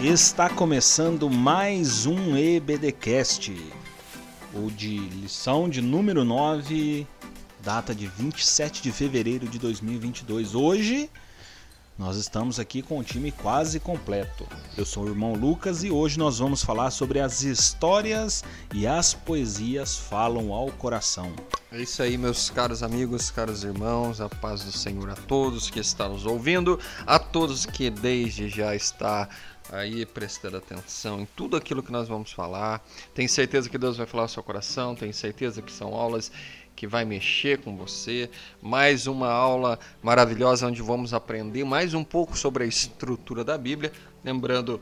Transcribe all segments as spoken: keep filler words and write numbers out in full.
Está começando mais um EBDcast, o de lição de número nove, data de vinte e sete de fevereiro de dois mil e vinte e dois. Hoje nós estamos aqui com o time quase completo. Eu sou o irmão Lucas e hoje nós vamos falar sobre as histórias e as poesias falam ao coração. É isso aí, meus caros amigos, caros irmãos, a paz do Senhor a todos que estão nos ouvindo, a todos que desde já está aí prestando atenção em tudo aquilo que nós vamos falar. Tenho certeza que Deus vai falar ao seu coração, tenho certeza que são aulas que vai mexer com você. Mais uma aula maravilhosa onde vamos aprender mais um pouco sobre a estrutura da Bíblia. Lembrando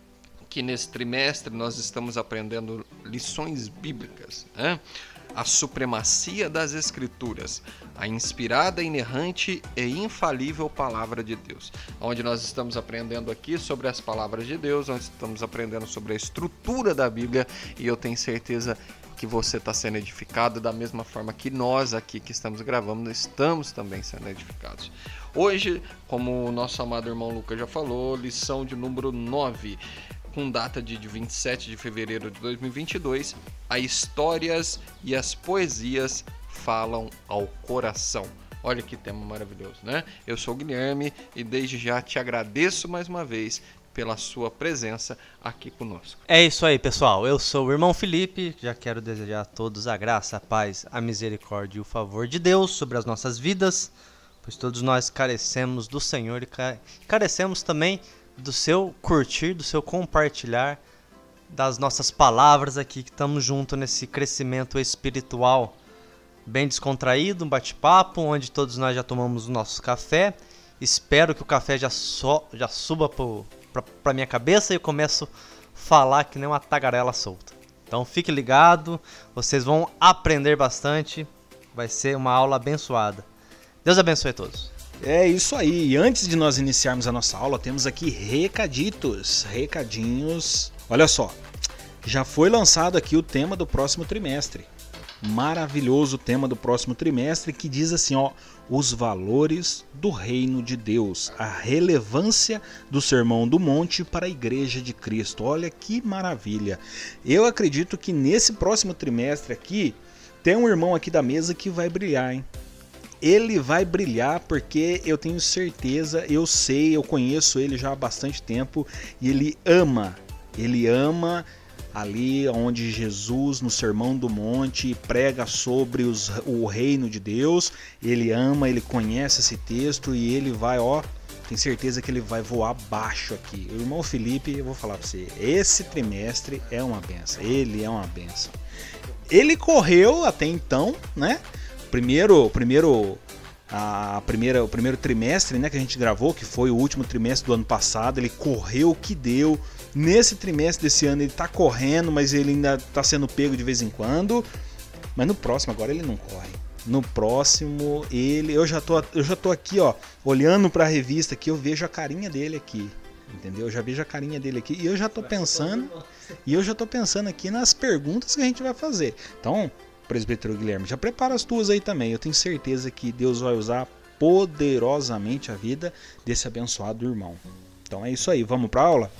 que nesse trimestre nós estamos aprendendo lições bíblicas, né? A supremacia das Escrituras, a inspirada, inerrante e infalível Palavra de Deus. Onde nós estamos aprendendo aqui sobre as palavras de Deus, nós estamos aprendendo sobre a estrutura da Bíblia e eu tenho certeza que você está sendo edificado da mesma forma que nós aqui que estamos gravando, estamos também sendo edificados. Hoje, como o nosso amado irmão Lucas já falou, lição de número nove, com data de vinte e sete de fevereiro de dois mil e vinte e dois, as histórias e as poesias falam ao coração. Olha que tema maravilhoso, né? Eu sou o Guilherme e desde já te agradeço mais uma vez pela sua presença aqui conosco. É isso aí, pessoal. Eu sou o irmão Felipe. Já quero desejar a todos a graça, a paz, a misericórdia e o favor de Deus sobre as nossas vidas, pois todos nós carecemos do Senhor e carecemos também do seu curtir, do seu compartilhar das nossas palavras aqui, que estamos juntos nesse crescimento espiritual bem descontraído, um bate-papo, onde todos nós já tomamos o nosso café. Espero que o café já, so, já suba para minha cabeça e eu começo a falar que nem uma tagarela solta. Então fique ligado, vocês vão aprender bastante, vai ser uma aula abençoada. Deus abençoe a todos. É isso aí, e antes de nós iniciarmos a nossa aula, temos aqui recaditos, recadinhos. Olha só, já foi lançado aqui o tema do próximo trimestre. Maravilhoso tema do próximo trimestre que diz assim, ó, os valores do reino de Deus, a relevância do Sermão do Monte para a Igreja de Cristo. Olha que maravilha. Eu acredito que nesse próximo trimestre aqui, tem um irmão aqui da mesa que vai brilhar, hein? Ele vai brilhar porque eu tenho certeza, eu sei, eu conheço ele já há bastante tempo e ele ama, ele ama ali onde Jesus no Sermão do Monte prega sobre os, o reino de Deus. Ele ama, ele conhece esse texto e ele vai, ó, tenho certeza que ele vai voar baixo aqui. O irmão Felipe, eu vou falar para você, esse trimestre é uma benção, ele é uma benção. Ele correu até então, né? Primeiro, primeiro, a primeira, o primeiro trimestre, né, que a gente gravou, que foi o último trimestre do ano passado, ele correu o que deu. Nesse trimestre desse ano ele está correndo, mas ele ainda está sendo pego de vez em quando. Mas no próximo agora ele não corre. No próximo ele, eu já tô, eu já tô aqui, ó, olhando para a revista aqui, eu vejo a carinha dele aqui, entendeu? Eu já vejo a carinha dele aqui e eu já tô pensando, e eu já tô pensando aqui nas perguntas que a gente vai fazer. Então, presbítero Guilherme, já prepara as tuas aí também. Eu tenho certeza que Deus vai usar poderosamente a vida desse abençoado irmão. Então é isso aí, vamos para a aula?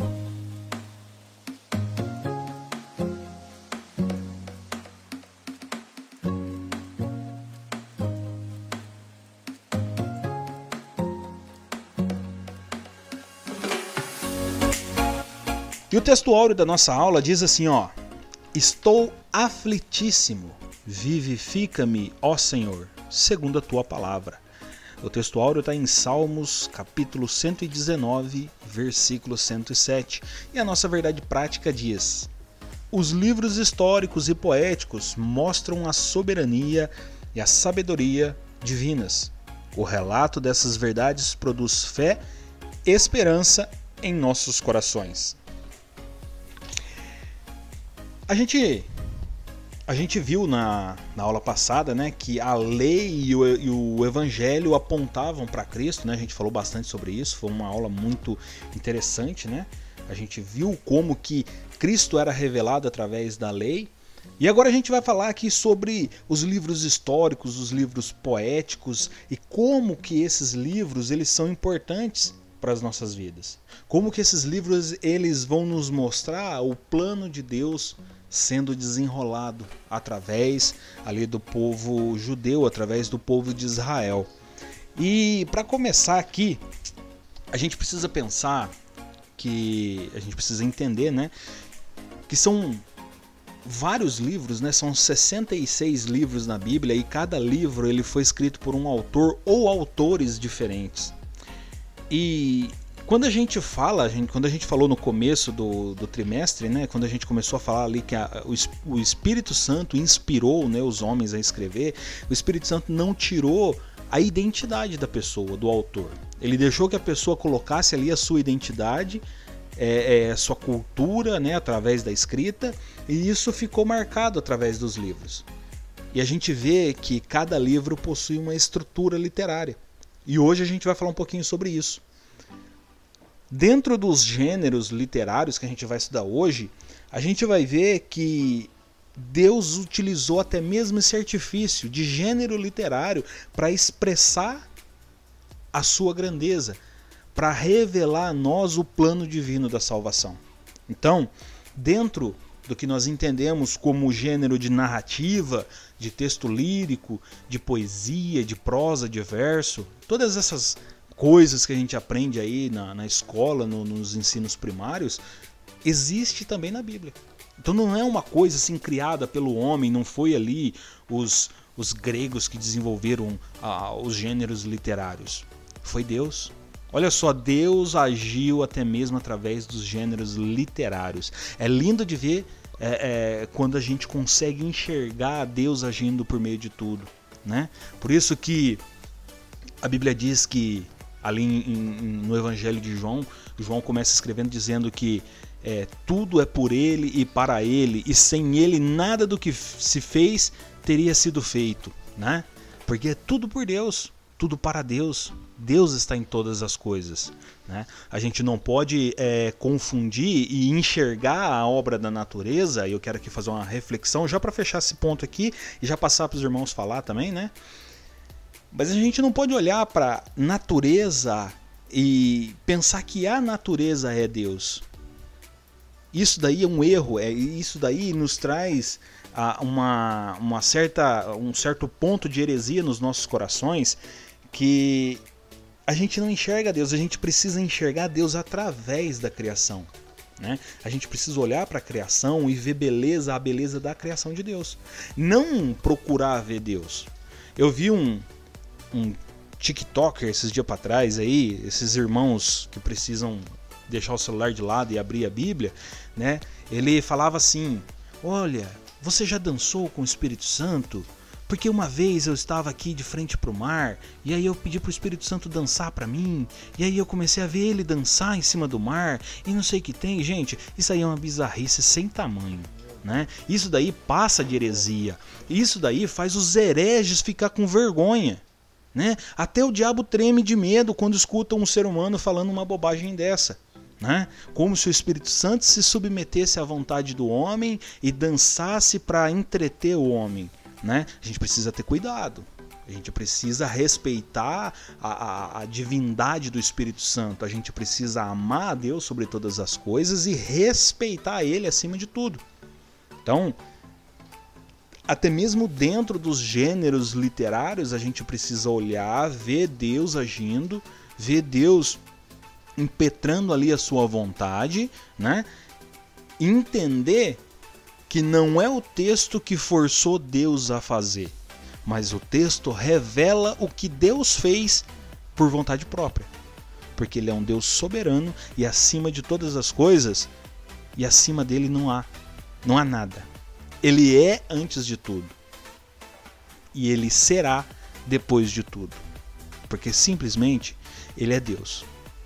E o texto áureo da nossa aula diz assim, ó: estou aflitíssimo. Vivifica-me, ó Senhor, segundo a tua palavra. O texto áureo está em Salmos, capítulo cento e dezenove, versículo cento e sete. E a nossa verdade prática diz: os livros históricos e poéticos mostram a soberania e a sabedoria divinas. O relato dessas verdades produz fé e esperança em nossos corações. A gente... A gente viu na, na aula passada, né, que a lei e o, e o evangelho apontavam para Cristo, né? A gente falou bastante sobre isso, foi uma aula muito interessante, né? A gente viu como que Cristo era revelado através da lei. E agora a gente vai falar aqui sobre os livros históricos, os livros poéticos e como que esses livros eles são importantes para as nossas vidas. Como que esses livros eles vão nos mostrar o plano de Deus sendo desenrolado através ali do povo judeu, através do povo de Israel. E para começar aqui, a gente precisa pensar que a gente precisa entender, né, que são vários livros, né, são sessenta e seis livros na Bíblia e cada livro ele foi escrito por um autor ou autores diferentes. E quando a gente fala, a gente, quando a gente falou no começo do, do trimestre, né, quando a gente começou a falar ali que a, o, o Espírito Santo inspirou, né, os homens a escrever, o Espírito Santo não tirou a identidade da pessoa, do autor. Ele deixou que a pessoa colocasse ali a sua identidade, é, é, sua cultura, né, através da escrita, e isso ficou marcado através dos livros. E a gente vê que cada livro possui uma estrutura literária. E hoje a gente vai falar um pouquinho sobre isso. Dentro dos gêneros literários que a gente vai estudar hoje, a gente vai ver que Deus utilizou até mesmo esse artifício de gênero literário para expressar a sua grandeza, para revelar a nós o plano divino da salvação. Então, dentro do que nós entendemos como gênero de narrativa, de texto lírico, de poesia, de prosa, de verso, todas essas coisas que a gente aprende aí na, na escola, no, nos ensinos primários, existe também na Bíblia. Então não é uma coisa assim criada pelo homem, não foi ali os, os gregos que desenvolveram ah, os gêneros literários. Foi Deus. Olha só, Deus agiu até mesmo através dos gêneros literários. É lindo de ver é, é, quando a gente consegue enxergar Deus agindo por meio de tudo, né? Por isso que a Bíblia diz que, ali em, em, no Evangelho de João, João começa escrevendo dizendo que é, tudo é por Ele e para Ele, e sem Ele nada do que se fez teria sido feito, né? Porque é tudo por Deus, tudo para Deus. Deus está em todas as coisas, né? A gente não pode é, confundir e enxergar a obra da natureza, e eu quero aqui fazer uma reflexão já para fechar esse ponto aqui e já passar para os irmãos falar também, né? Mas a gente não pode olhar para a natureza e pensar que a natureza é Deus. Isso daí é um erro, é, isso daí nos traz ah, uma, uma certa, um certo ponto de heresia nos nossos corações, que a gente não enxerga Deus, a gente precisa enxergar Deus através da criação, né? A gente precisa olhar para a criação e ver beleza, a beleza da criação de Deus. Não procurar ver Deus. Eu vi um, um TikToker esses dias para trás aí, esses irmãos que precisam deixar o celular de lado e abrir a Bíblia, né? Ele falava assim: olha, você já dançou com o Espírito Santo? Porque uma vez eu estava aqui de frente para o mar, e aí eu pedi para o Espírito Santo dançar para mim, e aí eu comecei a ver ele dançar em cima do mar, e não sei o que tem. Gente, isso aí é uma bizarrice sem tamanho, né? Isso daí passa de heresia, isso daí faz os hereges ficar com vergonha, né? Até o diabo treme de medo quando escuta um ser humano falando uma bobagem dessa, né? Como se o Espírito Santo se submetesse à vontade do homem e dançasse para entreter o homem, né? A gente precisa ter cuidado, a gente precisa respeitar a, a, a divindade do Espírito Santo, a gente precisa amar a Deus sobre todas as coisas e respeitar Ele acima de tudo. Então, até mesmo dentro dos gêneros literários, a gente precisa olhar, ver Deus agindo, ver Deus impetrando ali a sua vontade, né? Entender que não é o texto que forçou Deus a fazer, mas o texto revela o que Deus fez por vontade própria, porque Ele é um Deus soberano e acima de todas as coisas, e acima dele não há, não há nada. Ele é antes de tudo e Ele será depois de tudo, porque simplesmente Ele é Deus.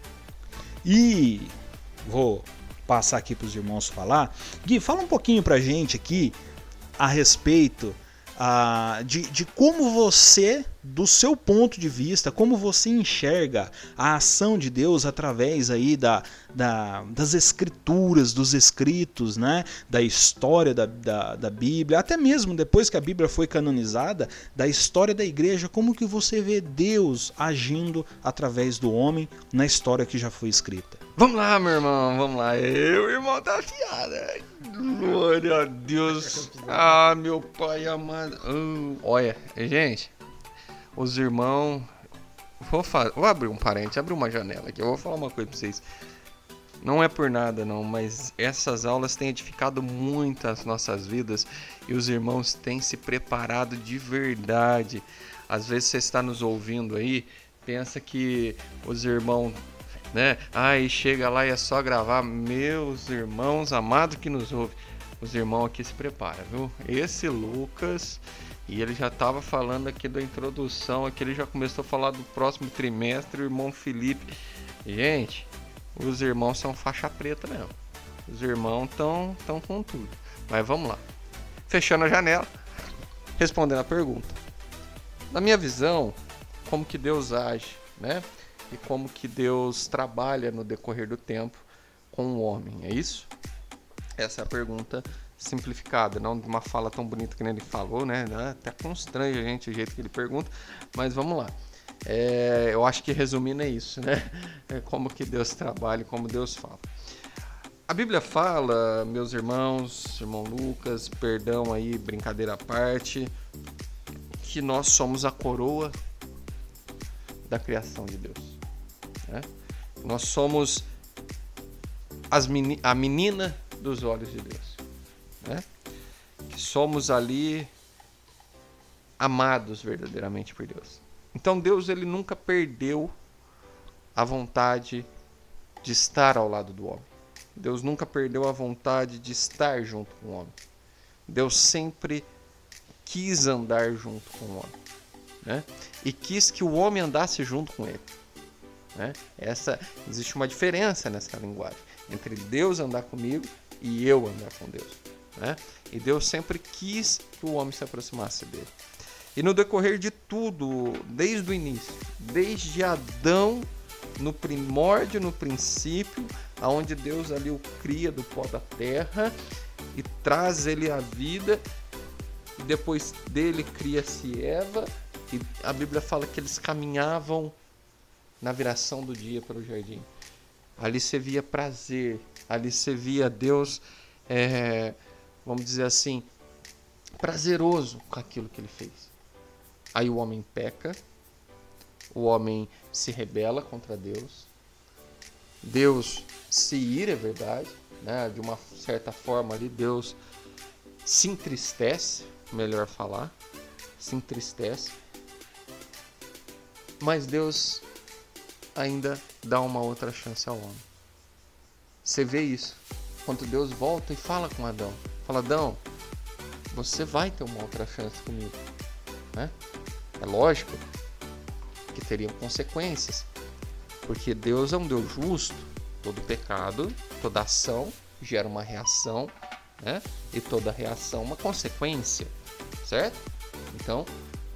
E vou passar aqui para os irmãos falar. Gui, fala um pouquinho pra gente aqui a respeito ah, de, de como você, do seu ponto de vista, como você enxerga a ação de Deus através aí da, da, das escrituras, dos escritos, né? Da história da, da, da Bíblia, até mesmo depois que a Bíblia foi canonizada, da história da igreja, como que você vê Deus agindo através do homem na história que já foi escrita. Vamos lá, meu irmão, vamos lá. Eu, irmão, tá afiado. Glória a Deus. Ah, meu pai amado. Hum, olha, gente, os irmãos... Vou, fa... vou abrir um parênteses, abrir uma janela aqui. Eu vou falar uma coisa pra vocês. Não é por nada, não, mas essas aulas têm edificado muito as nossas vidas e os irmãos têm se preparado de verdade. Às vezes você está nos ouvindo aí, pensa que os irmãos... né? Aí chega lá e é só gravar. Meus irmãos amados que nos ouvem, os irmãos aqui se preparam, viu? Esse Lucas, e ele já estava falando aqui da introdução, aqui ele já começou a falar do próximo trimestre, o irmão Felipe. Gente, os irmãos são faixa preta mesmo. Os irmãos estão tão com tudo. Mas vamos lá. Fechando a janela, respondendo a pergunta. Na minha visão, como que Deus age, né? E como que Deus trabalha no decorrer do tempo com o homem, é isso? Essa é a pergunta simplificada, não de uma fala tão bonita que nem ele falou, né? Até constrange a gente o jeito que ele pergunta, mas vamos lá. É, eu acho que resumindo é isso, né? É como que Deus trabalha e como Deus fala. A Bíblia fala, meus irmãos, irmão Lucas, perdão aí, brincadeira à parte, que nós somos a coroa da criação de Deus. Né? Nós somos as meni- a menina dos olhos de Deus. Né? Que somos ali amados verdadeiramente por Deus. Então Deus ele nunca perdeu a vontade de estar ao lado do homem. Deus nunca perdeu a vontade de estar junto com o homem. Deus sempre quis andar junto com o homem. Né? E quis que o homem andasse junto com ele. Né? Essa, existe uma diferença nessa linguagem entre Deus andar comigo e eu andar com Deus. Né? E Deus sempre quis que o homem se aproximasse dele. E no decorrer de tudo, desde o início, desde Adão, no primórdio, no princípio, aonde Deus ali o cria do pó da terra e traz ele à vida, e depois dele cria-se Eva, e a Bíblia fala que eles caminhavam na viração do dia pelo jardim. Ali você via prazer, ali você via Deus, é, vamos dizer assim, prazeroso com aquilo que ele fez. Aí o homem peca, o homem se rebela contra Deus, Deus se ira, é verdade, né? De uma certa forma ali Deus se entristece, melhor falar, se entristece, mas Deus ainda dá uma outra chance ao homem. Você vê isso quando Deus volta e fala com Adão, fala: Adão, você vai ter uma outra chance comigo, né? É lógico que teriam consequências, porque Deus é um Deus justo. Todo pecado, toda ação gera uma reação, né? E toda reação uma consequência, certo? Então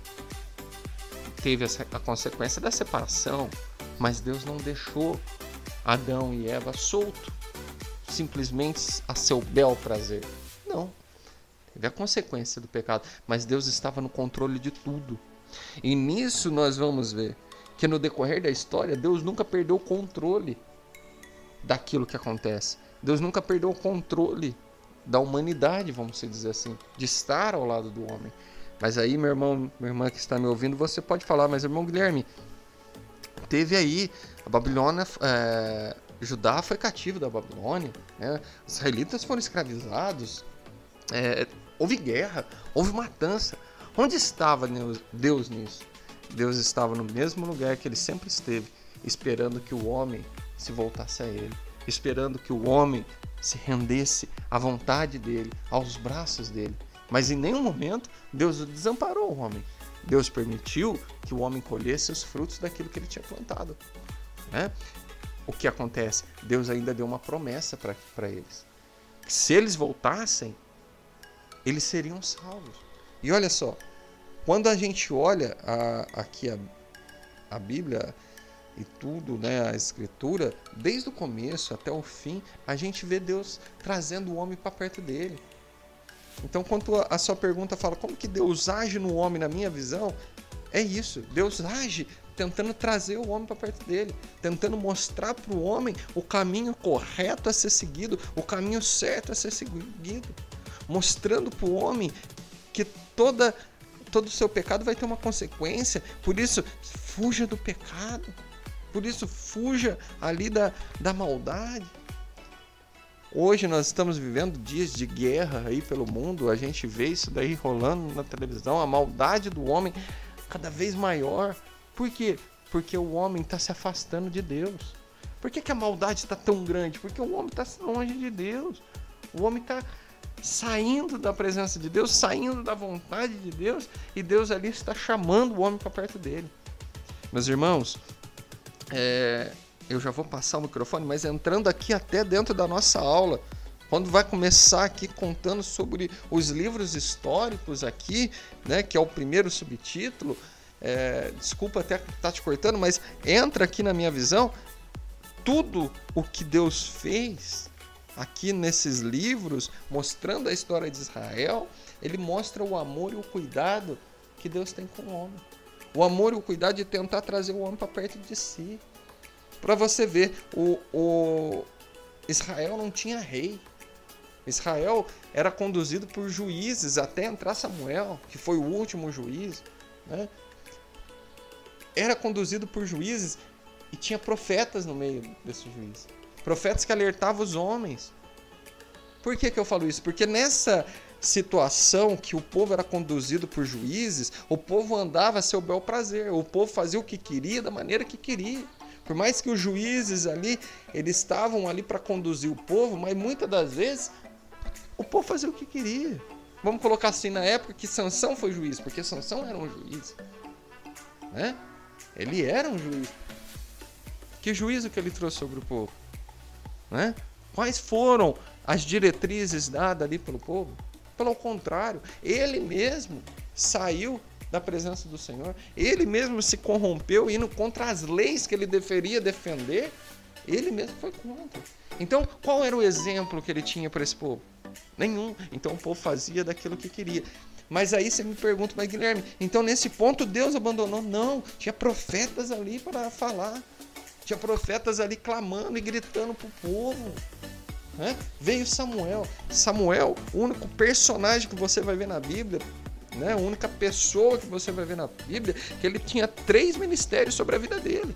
teve a consequência da separação, mas Deus não deixou Adão e Eva solto, simplesmente a seu bel prazer. Não, teve a consequência do pecado, mas Deus estava no controle de tudo. E nisso nós vamos ver que no decorrer da história Deus nunca perdeu o controle daquilo que acontece. Deus nunca perdeu o controle da humanidade, vamos dizer assim, de estar ao lado do homem. Mas aí, meu irmão, minha irmã que está me ouvindo, você pode falar: mas irmão Guilherme, teve aí a Babilônia, é, Judá foi cativo da Babilônia, né? Os israelitas foram escravizados, é, houve guerra, houve matança. Onde estava Deus nisso? Deus estava no mesmo lugar que ele sempre esteve, esperando que o homem se voltasse a ele, esperando que o homem se rendesse à vontade dele, aos braços dele. Mas em nenhum momento Deus desamparou o homem. Deus permitiu que o homem colhesse os frutos daquilo que ele tinha plantado. Né? O que acontece? Deus ainda deu uma promessa para eles. Que se eles voltassem, eles seriam salvos. E olha só, quando a gente olha a, aqui a, a Bíblia e tudo, né, a Escritura, desde o começo até o fim, a gente vê Deus trazendo o homem para perto dele. Então, quando a sua pergunta fala como que Deus age no homem, na minha visão, é isso. Deus age tentando trazer o homem para perto dele, tentando mostrar para o homem o caminho correto a ser seguido, o caminho certo a ser seguido, mostrando para o homem que toda, todo o seu pecado vai ter uma consequência. Por isso, fuja do pecado. Por isso, fuja ali da, da maldade. Hoje nós estamos vivendo dias de guerra aí pelo mundo, a gente vê isso daí rolando na televisão, a maldade do homem cada vez maior. Por quê? Porque o homem está se afastando de Deus. Por que que a maldade está tão grande? Porque o homem está longe de Deus. O homem está saindo da presença de Deus, saindo da vontade de Deus, e Deus ali está chamando o homem para perto dele. Meus irmãos, é... eu já vou passar o microfone, mas entrando aqui até dentro da nossa aula, quando vai começar aqui contando sobre os livros históricos aqui, né, que é o primeiro subtítulo, é, desculpa até estar te cortando, mas entra aqui na minha visão, tudo o que Deus fez aqui nesses livros, mostrando a história de Israel, ele mostra o amor e o cuidado que Deus tem com o homem. O amor e o cuidado de tentar trazer o homem para perto de si. Para você ver, o, o Israel não tinha rei. Israel era conduzido por juízes até entrar Samuel, que foi o último juiz, né? Era conduzido por juízes e tinha profetas no meio desses juízes. Profetas que alertavam os homens. Por que que eu falo isso? Porque nessa situação que o povo era conduzido por juízes, o povo andava a seu bel prazer. O povo fazia o que queria, da maneira que queria. Por mais que os juízes ali, eles estavam ali para conduzir o povo, mas muitas das vezes o povo fazia o que queria. Vamos colocar assim, na época que Sansão foi juiz, porque Sansão era um juiz, né? Ele era um juiz. Que juízo que ele trouxe sobre o povo, né? Quais foram as diretrizes dadas ali pelo povo? Pelo contrário, ele mesmo saiu da presença do Senhor, ele mesmo se corrompeu indo contra as leis que ele deveria defender, ele mesmo foi contra. Então, qual era o exemplo que ele tinha para esse povo? Nenhum. Então o povo fazia daquilo que queria. Mas aí você me pergunta, mas Guilherme, então nesse ponto Deus abandonou? Não, tinha profetas ali para falar, tinha profetas ali clamando e gritando para o povo. Né? Veio Samuel. Samuel, o único personagem que você vai ver na Bíblia, né? A única pessoa que você vai ver na Bíblia, que ele tinha três ministérios sobre a vida dele.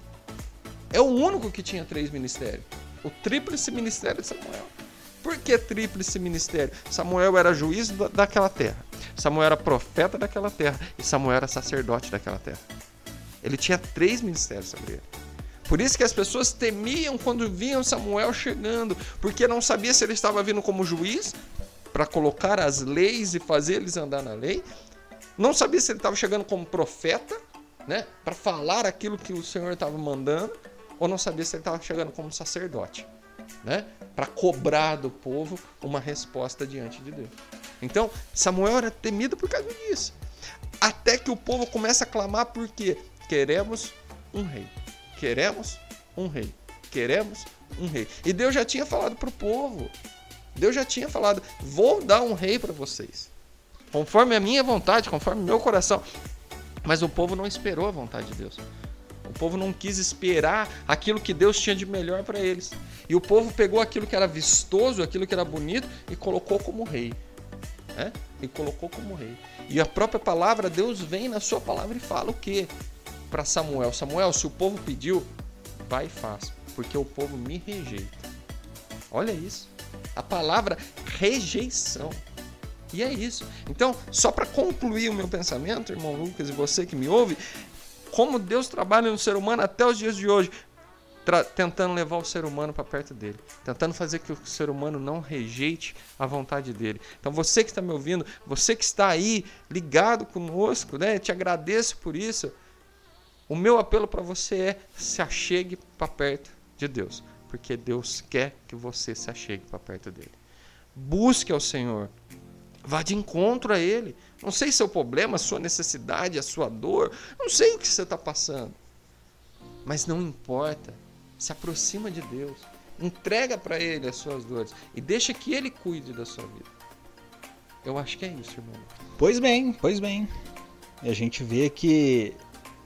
É o único que tinha três ministérios. O tríplice ministério de Samuel. Por que tríplice ministério? Samuel era juiz daquela terra. Samuel era profeta daquela terra. E Samuel era sacerdote daquela terra. Ele tinha três ministérios sobre ele. Por isso que as pessoas temiam quando viam Samuel chegando. Porque não sabia se ele estava vindo como juiz, para colocar as leis e fazer eles andar na lei. Não sabia se ele estava chegando como profeta, né, para falar aquilo que o Senhor estava mandando. Ou não sabia se ele estava chegando como sacerdote, né, para cobrar do povo uma resposta diante de Deus. Então, Samuel era temido por causa disso. Até que o povo começa a clamar porque queremos um rei. Queremos um rei. Queremos um rei. E Deus já tinha falado para o povo. Deus já tinha falado, vou dar um rei para vocês. Conforme a minha vontade, conforme o meu coração. Mas o povo não esperou a vontade de Deus. O povo não quis esperar aquilo que Deus tinha de melhor para eles. E o povo pegou aquilo que era vistoso, aquilo que era bonito e colocou como rei. Né? E colocou como rei. E a própria palavra, Deus vem na sua palavra e fala o quê? Para Samuel. Samuel, se o povo pediu, vai e faz. Porque o povo me rejeita. Olha isso. A palavra rejeição. E é isso. Então, só para concluir o meu pensamento, irmão Lucas, e você que me ouve, como Deus trabalha no ser humano até os dias de hoje, tentando levar o ser humano para perto dele, tentando fazer que o ser humano não rejeite a vontade dele. Então, você que está me ouvindo, você que está aí ligado conosco, né, te agradeço por isso. O meu apelo para você é: se achegue para perto de Deus, porque Deus quer que você se achegue para perto dele. Busque ao Senhor. Vá de encontro a Ele. Não sei seu problema, a sua necessidade, a sua dor. Não sei o que você está passando. Mas não importa. Se aproxima de Deus. Entrega para Ele as suas dores. E deixa que Ele cuide da sua vida. Eu acho que é isso, irmão. Pois bem, pois bem. E a gente vê que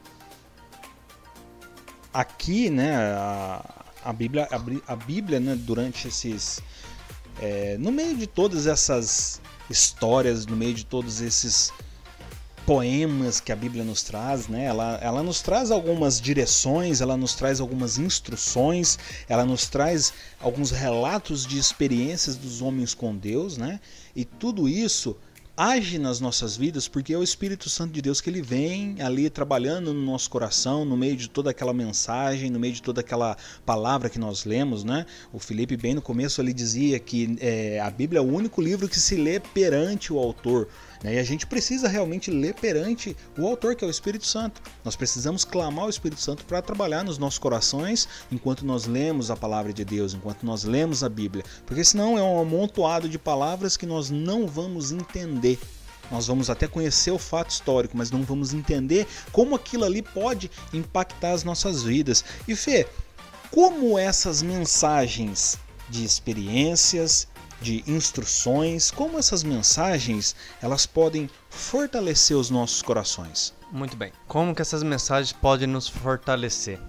aqui, né, a, a Bíblia, a, a Bíblia, né, durante esses... É, no meio de todas essas histórias, no meio de todos esses poemas que a Bíblia nos traz, né, ela, ela nos traz algumas direções, ela nos traz algumas instruções, ela nos traz alguns relatos de experiências dos homens com Deus, né, e tudo isso age nas nossas vidas porque é o Espírito Santo de Deus que ele vem ali trabalhando no nosso coração, no meio de toda aquela mensagem, no meio de toda aquela palavra que nós lemos, né? O Felipe bem no começo ele dizia que é, a Bíblia é o único livro que se lê perante o autor, né? E a gente precisa realmente ler perante o autor, que é o Espírito Santo. Nós precisamos clamar ao Espírito Santo para trabalhar nos nossos corações enquanto nós lemos a palavra de Deus, enquanto nós lemos a Bíblia, porque senão é um amontoado de palavras que nós não vamos entender. Nós vamos até conhecer o fato histórico, mas não vamos entender como aquilo ali pode impactar as nossas vidas. E Fê, como essas mensagens de experiências, de instruções, como essas mensagens elas podem fortalecer os nossos corações? Muito bem. Como que essas mensagens podem nos fortalecer?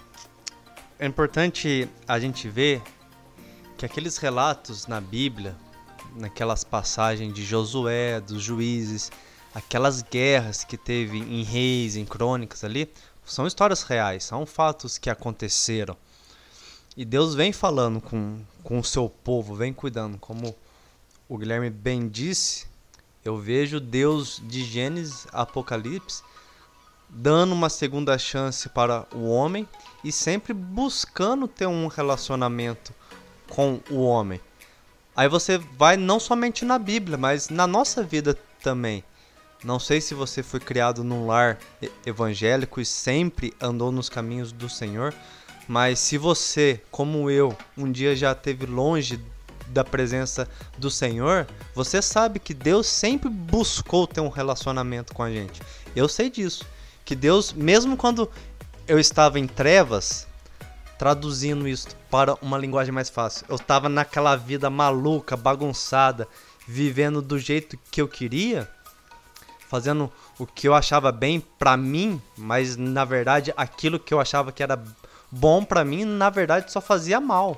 É importante a gente ver que aqueles relatos na Bíblia, naquelas passagens de Josué, dos juízes, aquelas guerras que teve em Reis, em Crônicas ali, são histórias reais, são fatos que aconteceram. E Deus vem falando com, com o seu povo, vem cuidando. Como o Guilherme bem disse, eu vejo Deus de Gênesis a Apocalipse dando uma segunda chance para o homem e sempre buscando ter um relacionamento com o homem. Aí você vai não somente na Bíblia, mas na nossa vida também. Não sei se você foi criado num lar evangélico e sempre andou nos caminhos do Senhor, mas se você, como eu, um dia já esteve longe da presença do Senhor, você sabe que Deus sempre buscou ter um relacionamento com a gente. Eu sei disso, que Deus, mesmo quando eu estava em trevas, traduzindo isso para uma linguagem mais fácil, eu estava naquela vida maluca, bagunçada, vivendo do jeito que eu queria, fazendo o que eu achava bem para mim, mas na verdade aquilo que eu achava que era bom para mim, na verdade só fazia mal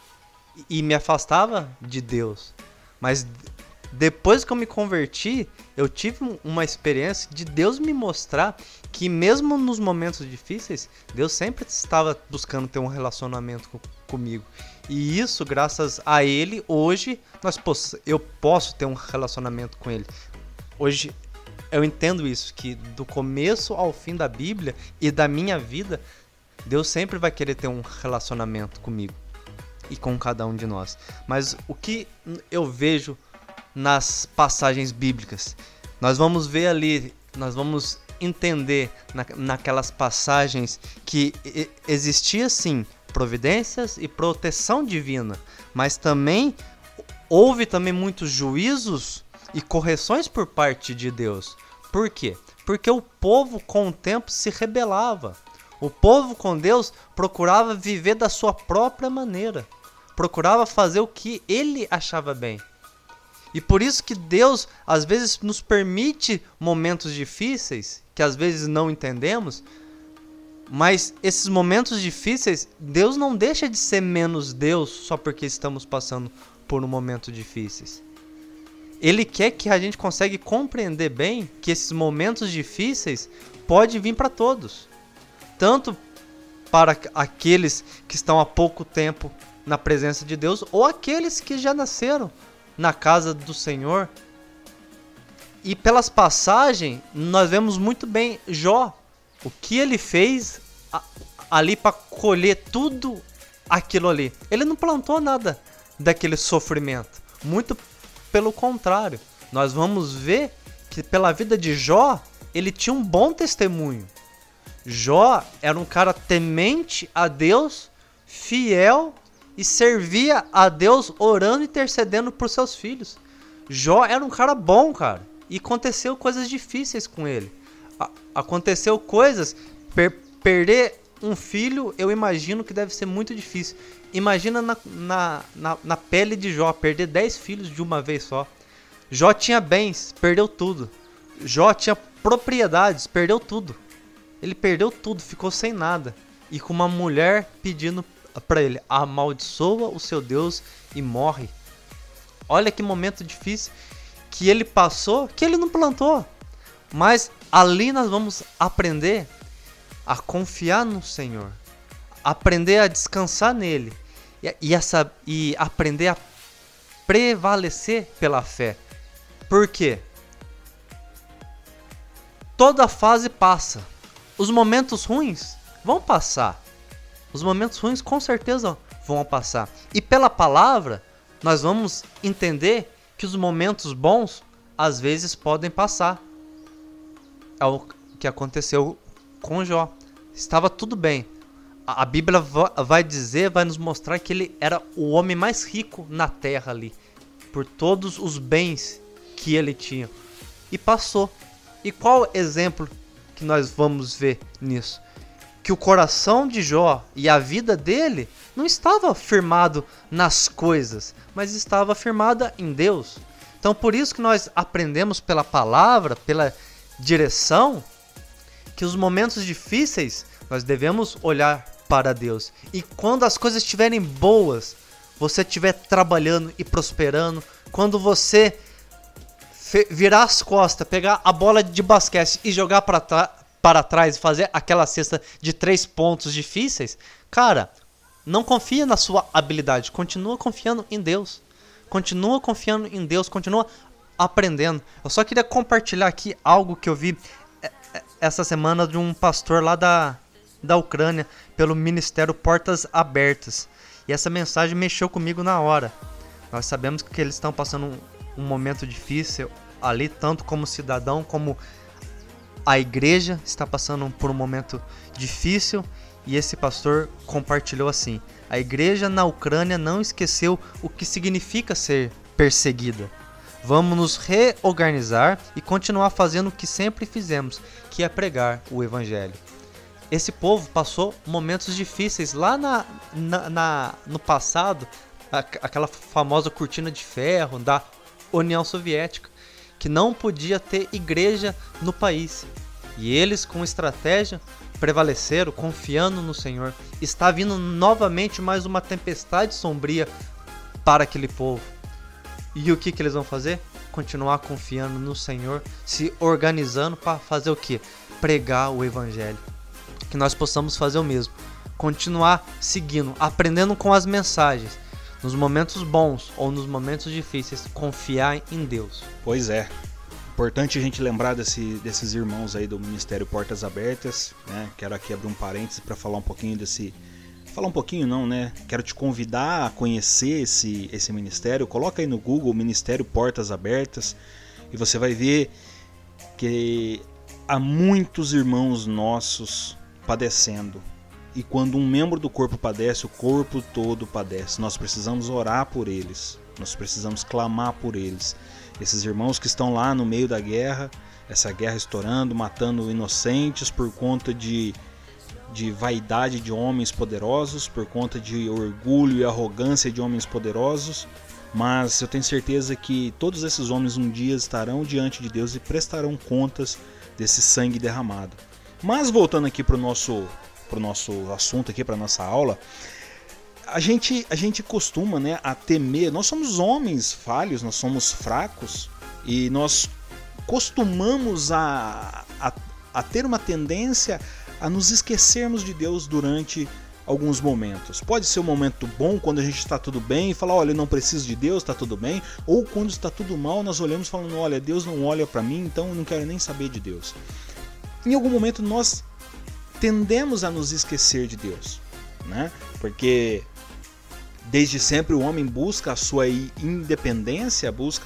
e me afastava de Deus. Mas depois que eu me converti, eu tive uma experiência de Deus me mostrar que mesmo nos momentos difíceis, Deus sempre estava buscando ter um relacionamento com, comigo. E isso, graças a Ele, hoje nós posso, eu posso ter um relacionamento com Ele. Hoje eu entendo isso, que do começo ao fim da Bíblia e da minha vida, Deus sempre vai querer ter um relacionamento comigo e com cada um de nós. Mas o que eu vejo nas passagens bíblicas, nós vamos ver ali, nós vamos entender na, naquelas passagens que existia sim providências e proteção divina, mas também houve também muitos juízos e correções por parte de Deus. Por quê? Porque o povo com o tempo se rebelava. O povo com Deus procurava viver da sua própria maneira, procurava fazer o que ele achava bem. E por isso que Deus às vezes nos permite momentos difíceis, que às vezes não entendemos, mas esses momentos difíceis, Deus não deixa de ser menos Deus só porque estamos passando por um momento difíceis. Ele quer que a gente consiga compreender bem que esses momentos difíceis podem vir para todos. Tanto para aqueles que estão há pouco tempo na presença de Deus, ou aqueles que já nasceram na casa do Senhor. E pelas passagens, nós vemos muito bem Jó, o que ele fez ali para colher tudo aquilo ali. Ele não plantou nada daquele sofrimento, muito pelo contrário. Nós vamos ver que pela vida de Jó, ele tinha um bom testemunho. Jó era um cara temente a Deus, fiel, e servia a Deus orando e intercedendo por seus filhos. Jó era um cara bom, cara. E aconteceu coisas difíceis com ele. A- aconteceu coisas... Per- perder um filho, eu imagino que deve ser muito difícil. Imagina na, na, na, na pele de Jó, perder dez filhos de uma vez só. Jó tinha bens, perdeu tudo. Jó tinha propriedades, perdeu tudo. Ele perdeu tudo, ficou sem nada. E com uma mulher pedindo pra ele: amaldiçoa o seu Deus e morre. Olha que momento difícil que ele passou, que ele não plantou. Mas ali nós vamos aprender a confiar no Senhor, aprender a descansar nele e, e, essa, e aprender a prevalecer pela fé. Por quê? Toda fase passa. Os momentos ruins vão passar. Os momentos ruins com certeza vão passar. E pela palavra, nós vamos entender que os momentos bons às vezes podem passar. É o que aconteceu com Jó. Estava tudo bem. A Bíblia vai dizer, vai nos mostrar que ele era o homem mais rico na terra ali, por todos os bens que ele tinha. E passou. E qual exemplo que nós vamos ver nisso? Que o coração de Jó e a vida dele não estava firmado nas coisas, mas estava firmada em Deus. Então por isso que nós aprendemos pela palavra, pela direção, que os momentos difíceis nós devemos olhar para Deus. E quando as coisas estiverem boas, você estiver trabalhando e prosperando, quando você virar as costas, pegar a bola de basquete e jogar para, para trás e fazer aquela cesta de três pontos difíceis, cara, não confia na sua habilidade, continua confiando em Deus. Continua confiando em Deus, continua aprendendo. Eu só queria compartilhar aqui algo que eu vi essa semana de um pastor lá da, da Ucrânia, pelo Ministério Portas Abertas. E essa mensagem mexeu comigo na hora. Nós sabemos que eles estão passando um, um momento difícil ali, tanto como cidadão, como a igreja está passando por um momento difícil. E esse pastor compartilhou assim: a igreja na Ucrânia não esqueceu o que significa ser perseguida. Vamos nos reorganizar e continuar fazendo o que sempre fizemos, que é pregar o evangelho. Esse povo passou momentos difíceis lá na, na, na, no passado, a, aquela famosa cortina de ferro da União Soviética, que não podia ter igreja no país. E eles, com estratégia, prevaleceram, confiando no Senhor. Está vindo novamente mais uma tempestade sombria para aquele povo. E o que, que eles vão fazer? Continuar confiando no Senhor, se organizando para fazer o quê? Pregar o evangelho. Que nós possamos fazer o mesmo. Continuar seguindo, aprendendo com as mensagens. Nos momentos bons ou nos momentos difíceis, confiar em Deus. Pois é. Importante a gente lembrar desse, desses irmãos aí do Ministério Portas Abertas, né? Quero aqui abrir um parênteses para falar um pouquinho desse... Falar um pouquinho não, né? Quero te convidar a conhecer esse, esse ministério. Coloca aí no Google Ministério Portas Abertas e você vai ver que há muitos irmãos nossos padecendo. E quando um membro do corpo padece, o corpo todo padece. Nós precisamos orar por eles. Nós precisamos clamar por eles. Esses irmãos que estão lá no meio da guerra, essa guerra estourando, matando inocentes por conta de, de vaidade de homens poderosos, por conta de orgulho e arrogância de homens poderosos. Mas eu tenho certeza que todos esses homens um dia estarão diante de Deus e prestarão contas desse sangue derramado. Mas voltando aqui para o nosso, pro nosso assunto, aqui para a nossa aula, a gente, a gente costuma, né, a temer. Nós somos homens falhos, nós somos fracos e nós costumamos a, a, a ter uma tendência a nos esquecermos de Deus durante alguns momentos. Pode ser um momento bom, quando a gente está tudo bem e falar, olha, eu não preciso de Deus, está tudo bem. Ou quando está tudo mal, nós olhamos falando, olha, Deus não olha para mim, então eu não quero nem saber de Deus. Em algum momento nós tendemos a nos esquecer de Deus, né? Porque desde sempre o homem busca a sua independência, busca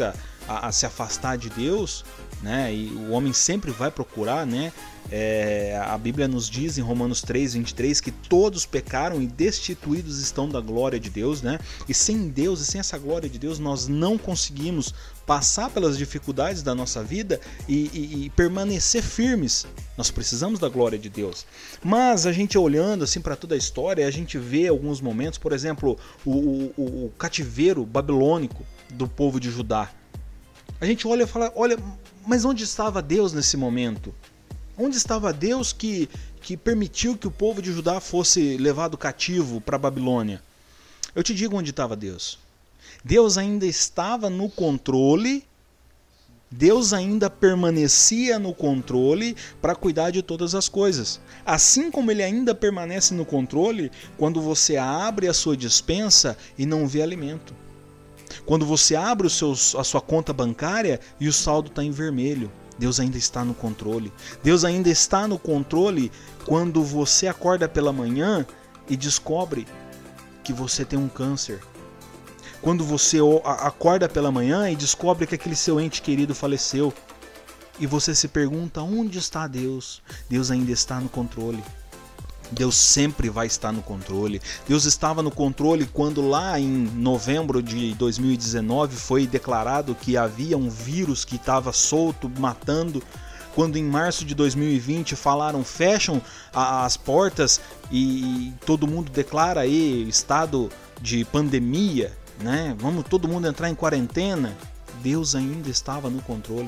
a, a se afastar de Deus, né? E o homem sempre vai procurar, né? É, a Bíblia nos diz em Romanos três, vinte e três que todos pecaram e destituídos estão da glória de Deus, né? E sem Deus e sem essa glória de Deus nós não conseguimos passar pelas dificuldades da nossa vida e, e, e permanecer firmes. Nós precisamos da glória de Deus. Mas a gente olhando assim para toda a história, a gente vê alguns momentos, por exemplo, o, o, o cativeiro babilônico do povo de Judá. A gente olha e fala, olha, mas onde estava Deus nesse momento? Onde estava Deus que, que permitiu que o povo de Judá fosse levado cativo para a Babilônia? Eu te digo onde estava Deus. Deus ainda estava no controle, Deus ainda permanecia no controle para cuidar de todas as coisas. Assim como ele ainda permanece no controle quando você abre a sua despensa e não vê alimento. Quando você abre os seus, a sua conta bancária e o saldo está em vermelho. Deus ainda está no controle. Deus ainda está no controle quando você acorda pela manhã e descobre que você tem um câncer. Quando você acorda pela manhã e descobre que aquele seu ente querido faleceu. E você se pergunta, onde está Deus? Deus ainda está no controle. Deus sempre vai estar no controle. Deus estava no controle quando lá em novembro de dois mil e dezenove foi declarado que havia um vírus que estava solto, matando. Quando em março de dois mil e vinte falaram, fecham as portas e todo mundo declara aí estado de pandemia, né? Vamos todo mundo entrar em quarentena. Deus ainda estava no controle.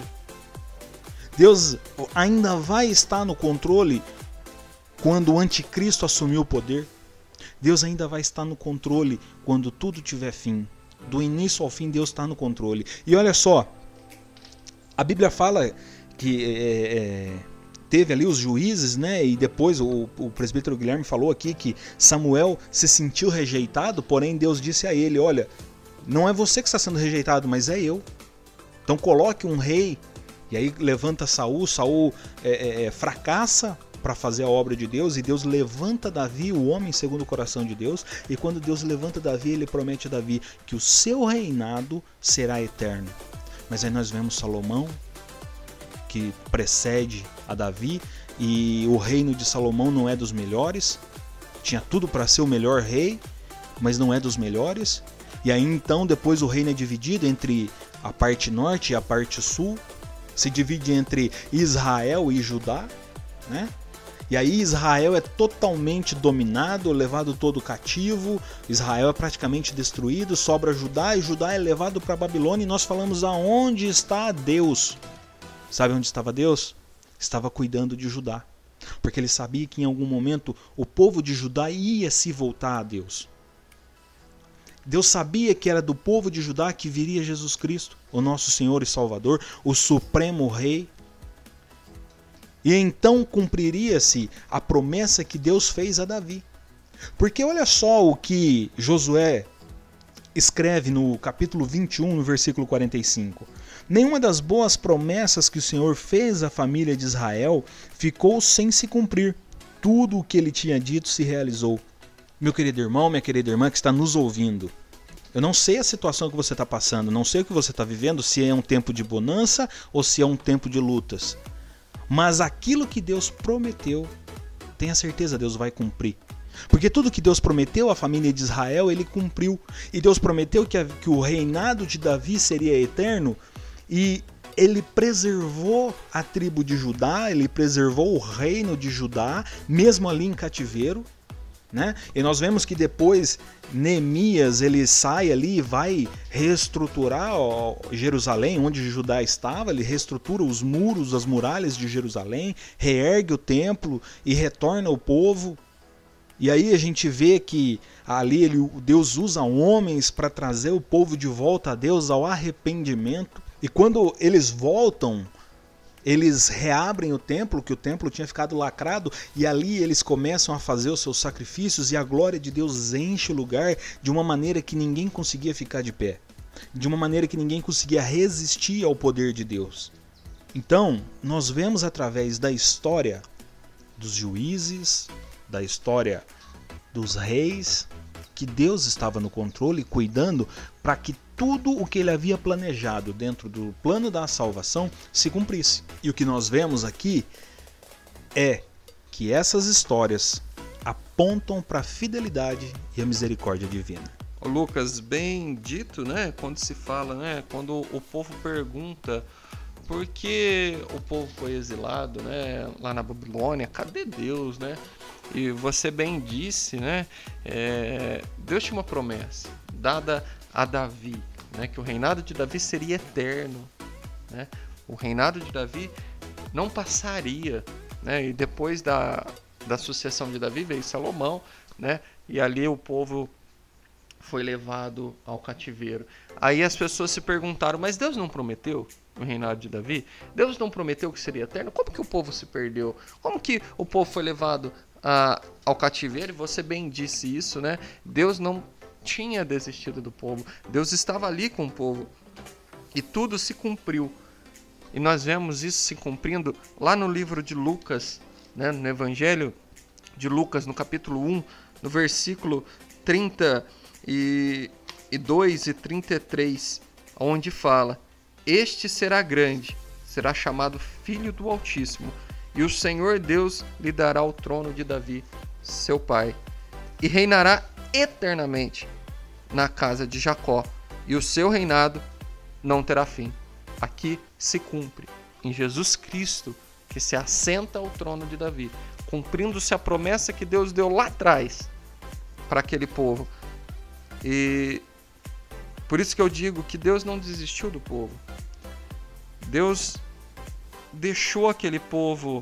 Deus ainda vai estar no controle quando o anticristo assumiu o poder. Deus ainda vai estar no controle quando tudo tiver fim. Do início ao fim, Deus está no controle. E olha só, a Bíblia fala que é, é, teve ali os juízes, né? E depois o, o presbítero Guilherme falou aqui que Samuel se sentiu rejeitado, porém Deus disse a ele, olha, não é você que está sendo rejeitado, mas é eu. Então coloque um rei. E aí levanta Saul, Saul é, é, fracassa para fazer a obra de Deus, e Deus levanta Davi, o homem segundo o coração de Deus, e quando Deus levanta Davi, ele promete a Davi que o seu reinado será eterno. Mas aí nós vemos Salomão, que precede a Davi, e o reino de Salomão não é dos melhores, tinha tudo para ser o melhor rei, mas não é dos melhores, e aí então depois o reino é dividido entre a parte norte e a parte sul, se divide entre Israel e Judá, né? E aí Israel é totalmente dominado, levado todo cativo, Israel é praticamente destruído, sobra Judá e Judá é levado para a Babilônia, e nós falamos aonde está Deus. Sabe onde estava Deus? Estava cuidando de Judá, porque ele sabia que em algum momento o povo de Judá ia se voltar a Deus. Deus sabia que era do povo de Judá que viria Jesus Cristo, o nosso Senhor e Salvador, o Supremo Rei. E então cumpriria-se a promessa que Deus fez a Davi. Porque olha só o que Josué escreve no capítulo vinte e um, no versículo quarenta e cinco. Nenhuma das boas promessas que o Senhor fez à família de Israel ficou sem se cumprir. Tudo o que ele tinha dito se realizou. Meu querido irmão, minha querida irmã que está nos ouvindo, eu não sei a situação que você está passando, não sei o que você está vivendo, se é um tempo de bonança ou se é um tempo de lutas. Mas aquilo que Deus prometeu, tenha certeza, Deus vai cumprir. Porque tudo que Deus prometeu à família de Israel, ele cumpriu. E Deus prometeu que, a, que o reinado de Davi seria eterno, e ele preservou a tribo de Judá, ele preservou o reino de Judá, mesmo ali em cativeiro. Né? E nós vemos que depois Neemias ele sai ali e vai reestruturar ó, Jerusalém, onde Judá estava, ele reestrutura os muros, as muralhas de Jerusalém, reergue o templo e retorna o povo. E aí a gente vê que ali ele, Deus usa homens para trazer o povo de volta a Deus, ao arrependimento. E quando eles voltam, eles reabrem o templo, que o templo tinha ficado lacrado, e ali eles começam a fazer os seus sacrifícios, e a glória de Deus enche o lugar de uma maneira que ninguém conseguia ficar de pé, de uma maneira que ninguém conseguia resistir ao poder de Deus. Então, nós vemos através da história dos juízes, da história dos reis, que Deus estava no controle, cuidando para que tudo o que ele havia planejado dentro do plano da salvação se cumprisse. E o que nós vemos aqui é que essas histórias apontam para a fidelidade e a misericórdia divina. Ô Lucas, bem dito, né? Quando se fala, né? Quando o povo pergunta por que o povo foi exilado, né? Lá na Babilônia, cadê Deus, né? E você bem disse, né? É, Deus tinha uma promessa dada a Davi, né? Que o reinado de Davi seria eterno, né? O reinado de Davi não passaria, né? E depois da, da sucessão de Davi veio Salomão, né? E ali o povo foi levado ao cativeiro. Aí as pessoas se perguntaram, mas Deus não prometeu o reinado de Davi? Deus não prometeu que seria eterno? Como que o povo se perdeu? Como que o povo foi levado a, ao cativeiro? E você bem disse isso, né? Deus não tinha desistido do povo. Deus estava ali com o povo. E tudo se cumpriu. E nós vemos isso se cumprindo lá no livro de Lucas, né? No Evangelho de Lucas, no capítulo um, no versículo trinta e dois e trinta e três, onde fala: este será grande, será chamado Filho do Altíssimo, e o Senhor Deus lhe dará o trono de Davi, seu pai, e reinará eternamente na casa de Jacó, e o seu reinado não terá fim. Aqui se cumpre em Jesus Cristo, que se assenta ao trono de Davi, cumprindo-se a promessa que Deus deu lá atrás para aquele povo. E por isso que eu digo que Deus não desistiu do povo. Deus deixou aquele povo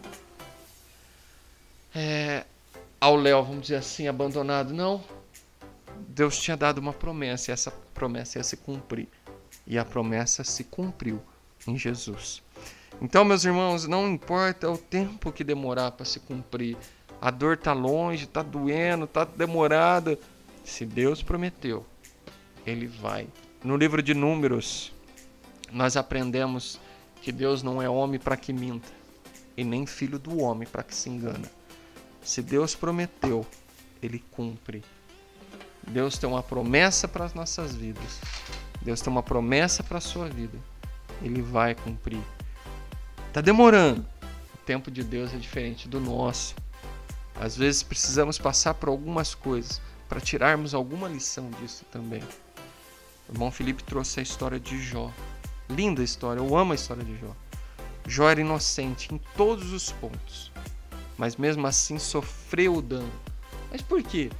é, ao léu, vamos dizer assim, abandonado. Não. Deus tinha dado uma promessa e essa promessa ia se cumprir. E a promessa se cumpriu em Jesus. Então, meus irmãos, não importa o tempo que demorar para se cumprir. A dor está longe, está doendo, está demorada. Se Deus prometeu, Ele vai. No livro de Números, nós aprendemos que Deus não é homem para que minta, e nem filho do homem para que se engana. Se Deus prometeu, Ele cumpre. Deus tem uma promessa para as nossas vidas. Deus tem uma promessa para a sua vida. Ele vai cumprir. Está demorando. O tempo de Deus é diferente do nosso. Às vezes precisamos passar por algumas coisas para tirarmos alguma lição disso também. O irmão Felipe trouxe a história de Jó. Linda história, eu amo a história de Jó. Jó era inocente em todos os pontos, mas mesmo assim sofreu o dano. Mas por quê?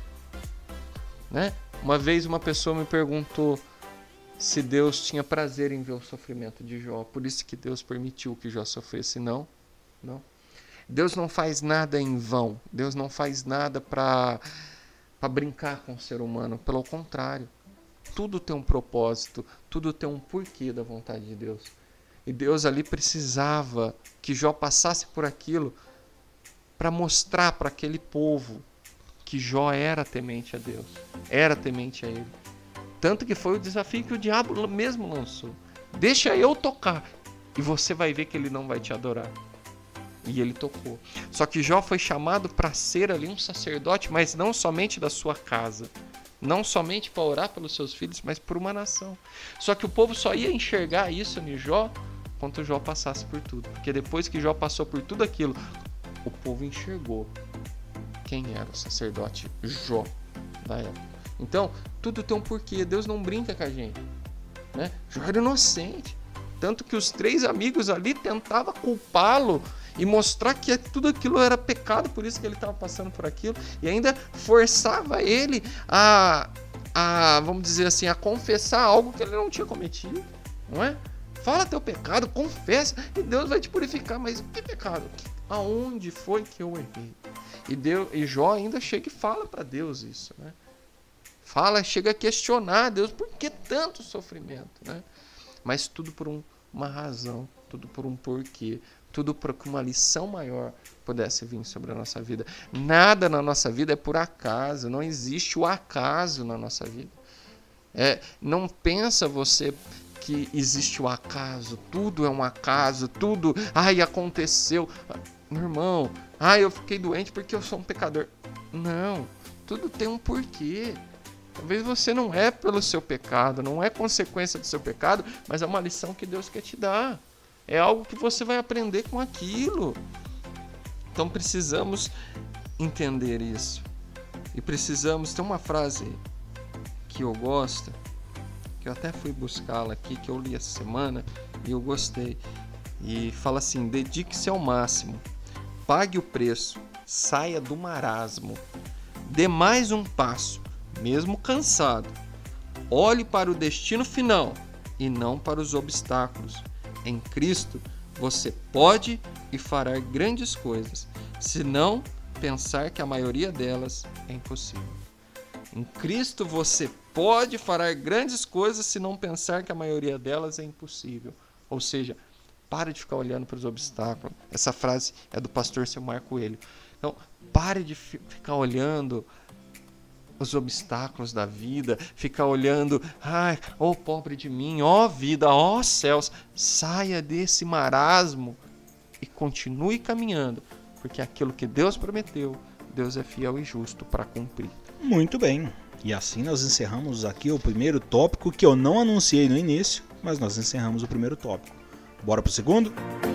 Né? Uma vez uma pessoa me perguntou se Deus tinha prazer em ver o sofrimento de Jó, por isso que Deus permitiu que Jó sofresse. Não, não. Deus não faz nada em vão. Deus não faz nada para para brincar com o ser humano. Pelo contrário, tudo tem um propósito, tudo tem um porquê da vontade de Deus. E Deus ali precisava que Jó passasse por aquilo para mostrar para aquele povo que Jó era temente a Deus, era temente a Ele. Tanto que foi o desafio que o diabo mesmo lançou. Deixa eu tocar e você vai ver que ele não vai te adorar. E ele tocou. Só que Jó foi chamado para ser ali um sacerdote, mas não somente da sua casa. Não somente para orar pelos seus filhos, mas por uma nação. Só que o povo só ia enxergar isso em Jó quando Jó passasse por tudo. Porque depois que Jó passou por tudo aquilo, o povo enxergou quem era o sacerdote Jó da época. Então, tudo tem um porquê. Deus não brinca com a gente, né? Jó era inocente. Tanto que os três amigos ali tentavam culpá-lo e mostrar que tudo aquilo era pecado, por isso que ele estava passando por aquilo. E ainda forçava ele a, a, vamos dizer assim, a confessar algo que ele não tinha cometido, não é? Fala teu pecado, confessa, e Deus vai te purificar. Mas que pecado? Aonde foi que eu errei? E, Deus, e Jó ainda chega e fala para Deus isso, né? Fala, chega a questionar Deus, por que tanto sofrimento, né? Mas tudo por um, uma razão, tudo por um porquê, tudo para que uma lição maior pudesse vir sobre a nossa vida. Nada na nossa vida é por acaso, não existe o acaso na nossa vida. É, não pensa você que existe o acaso, tudo é um acaso, tudo, ai, aconteceu. Meu irmão, ai, eu fiquei doente porque eu sou um pecador. Não, tudo tem um porquê. Talvez você não é pelo seu pecado, não é consequência do seu pecado, mas é uma lição que Deus quer te dar. É algo que você vai aprender com aquilo. Então precisamos entender isso. E precisamos, tem uma frase que eu gosto, que eu até fui buscá-la aqui, que eu li essa semana e eu gostei. E fala assim: dedique-se ao máximo, pague o preço, saia do marasmo, dê mais um passo, mesmo cansado. Olhe para o destino final e não para os obstáculos. Em Cristo você pode e fará grandes coisas, se não pensar que a maioria delas é impossível. Em Cristo você pode fará grandes coisas, se não pensar que a maioria delas é impossível. Ou seja, pare de ficar olhando para os obstáculos. Essa frase é do pastor Selmar Coelho. Então, pare de fi- ficar olhando os obstáculos da vida, ficar olhando, ai, ó pobre de mim, ó vida, ó céus. Saia desse marasmo e continue caminhando, porque aquilo que Deus prometeu, Deus é fiel e justo para cumprir. Muito bem. E assim nós encerramos aqui o primeiro tópico, que eu não anunciei no início, mas nós encerramos o primeiro tópico. Bora pro segundo?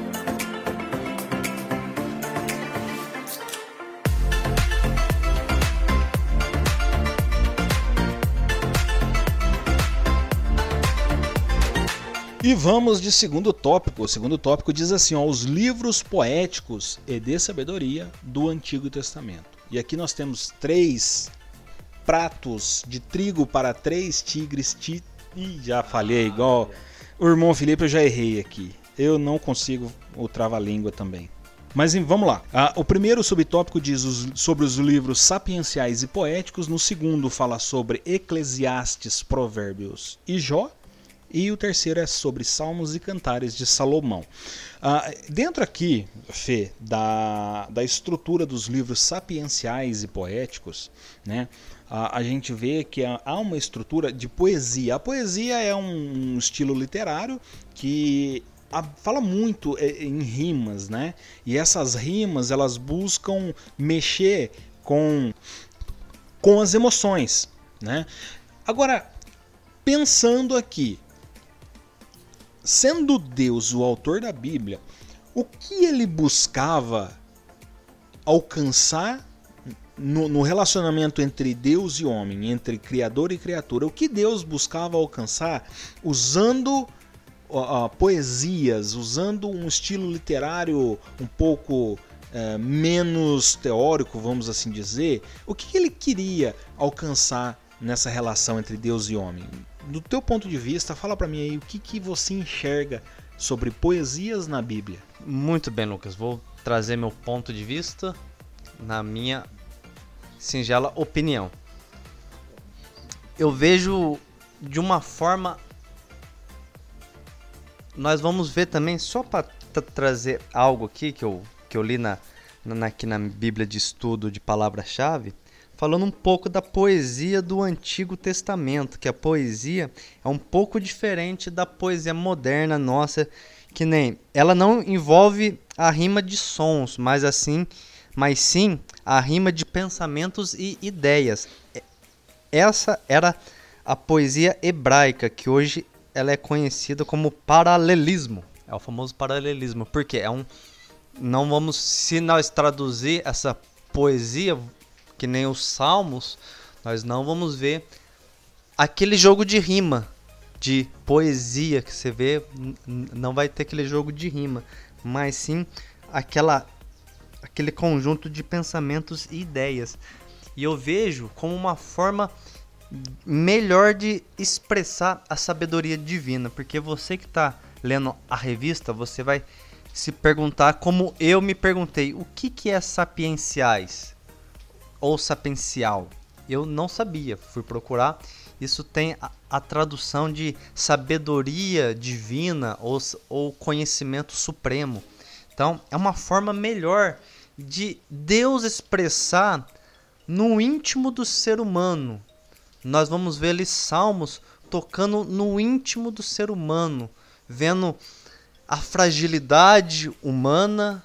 E vamos de segundo tópico. O segundo tópico diz assim, ó, os livros poéticos e de sabedoria do Antigo Testamento. E aqui nós temos três pratos de trigo para três tigres. Ti... Ih, já falhei igual o irmão Felipe, eu já errei aqui. Eu não consigo o trava-língua também. Mas vamos lá. Ah, o primeiro subtópico diz os, sobre os livros sapienciais e poéticos. No segundo fala sobre Eclesiastes, Provérbios e Jó. E o terceiro é sobre Salmos e Cantares de Salomão. Ah, dentro aqui, Fê, da, da estrutura dos livros sapienciais e poéticos, né, a, a gente vê que há uma estrutura de poesia. A poesia é um, um estilo literário que a, fala muito em rimas, né? E essas rimas elas buscam mexer com, com as emoções, né? Agora, pensando aqui, sendo Deus o autor da Bíblia, o que ele buscava alcançar no, no relacionamento entre Deus e homem, entre Criador e criatura? O que Deus buscava alcançar usando uh, poesias, usando um estilo literário um pouco uh, menos teórico, vamos assim dizer? O que, que ele queria alcançar nessa relação entre Deus e homem? Do teu ponto de vista, fala pra mim aí o que, que você enxerga sobre poesias na Bíblia. Muito bem, Lucas. Vou trazer meu ponto de vista na minha singela opinião. Eu vejo de uma forma... Nós vamos ver também, só para trazer algo aqui que eu, que eu li na, na, aqui na Bíblia de Estudo de Palavra-Chave, falando um pouco da poesia do Antigo Testamento, que a poesia é um pouco diferente da poesia moderna nossa, que nem ela não envolve a rima de sons, mas assim, mas sim a rima de pensamentos e ideias. Essa era a poesia hebraica, que hoje ela é conhecida como paralelismo. É o famoso paralelismo, porque é um não vamos se nós traduzir essa poesia que nem os salmos, nós não vamos ver aquele jogo de rima, de poesia que você vê, não vai ter aquele jogo de rima, mas sim aquela, aquele conjunto de pensamentos e ideias. E eu vejo como uma forma melhor de expressar a sabedoria divina, porque você que está lendo a revista, você vai se perguntar como eu me perguntei, o que, que é sapienciais? Ou sapiencial. Eu não sabia, fui procurar. Isso tem a, a tradução de sabedoria divina ou, ou conhecimento supremo. Então, é uma forma melhor de Deus expressar no íntimo do ser humano. Nós vamos ver ali salmos tocando no íntimo do ser humano, vendo a fragilidade humana,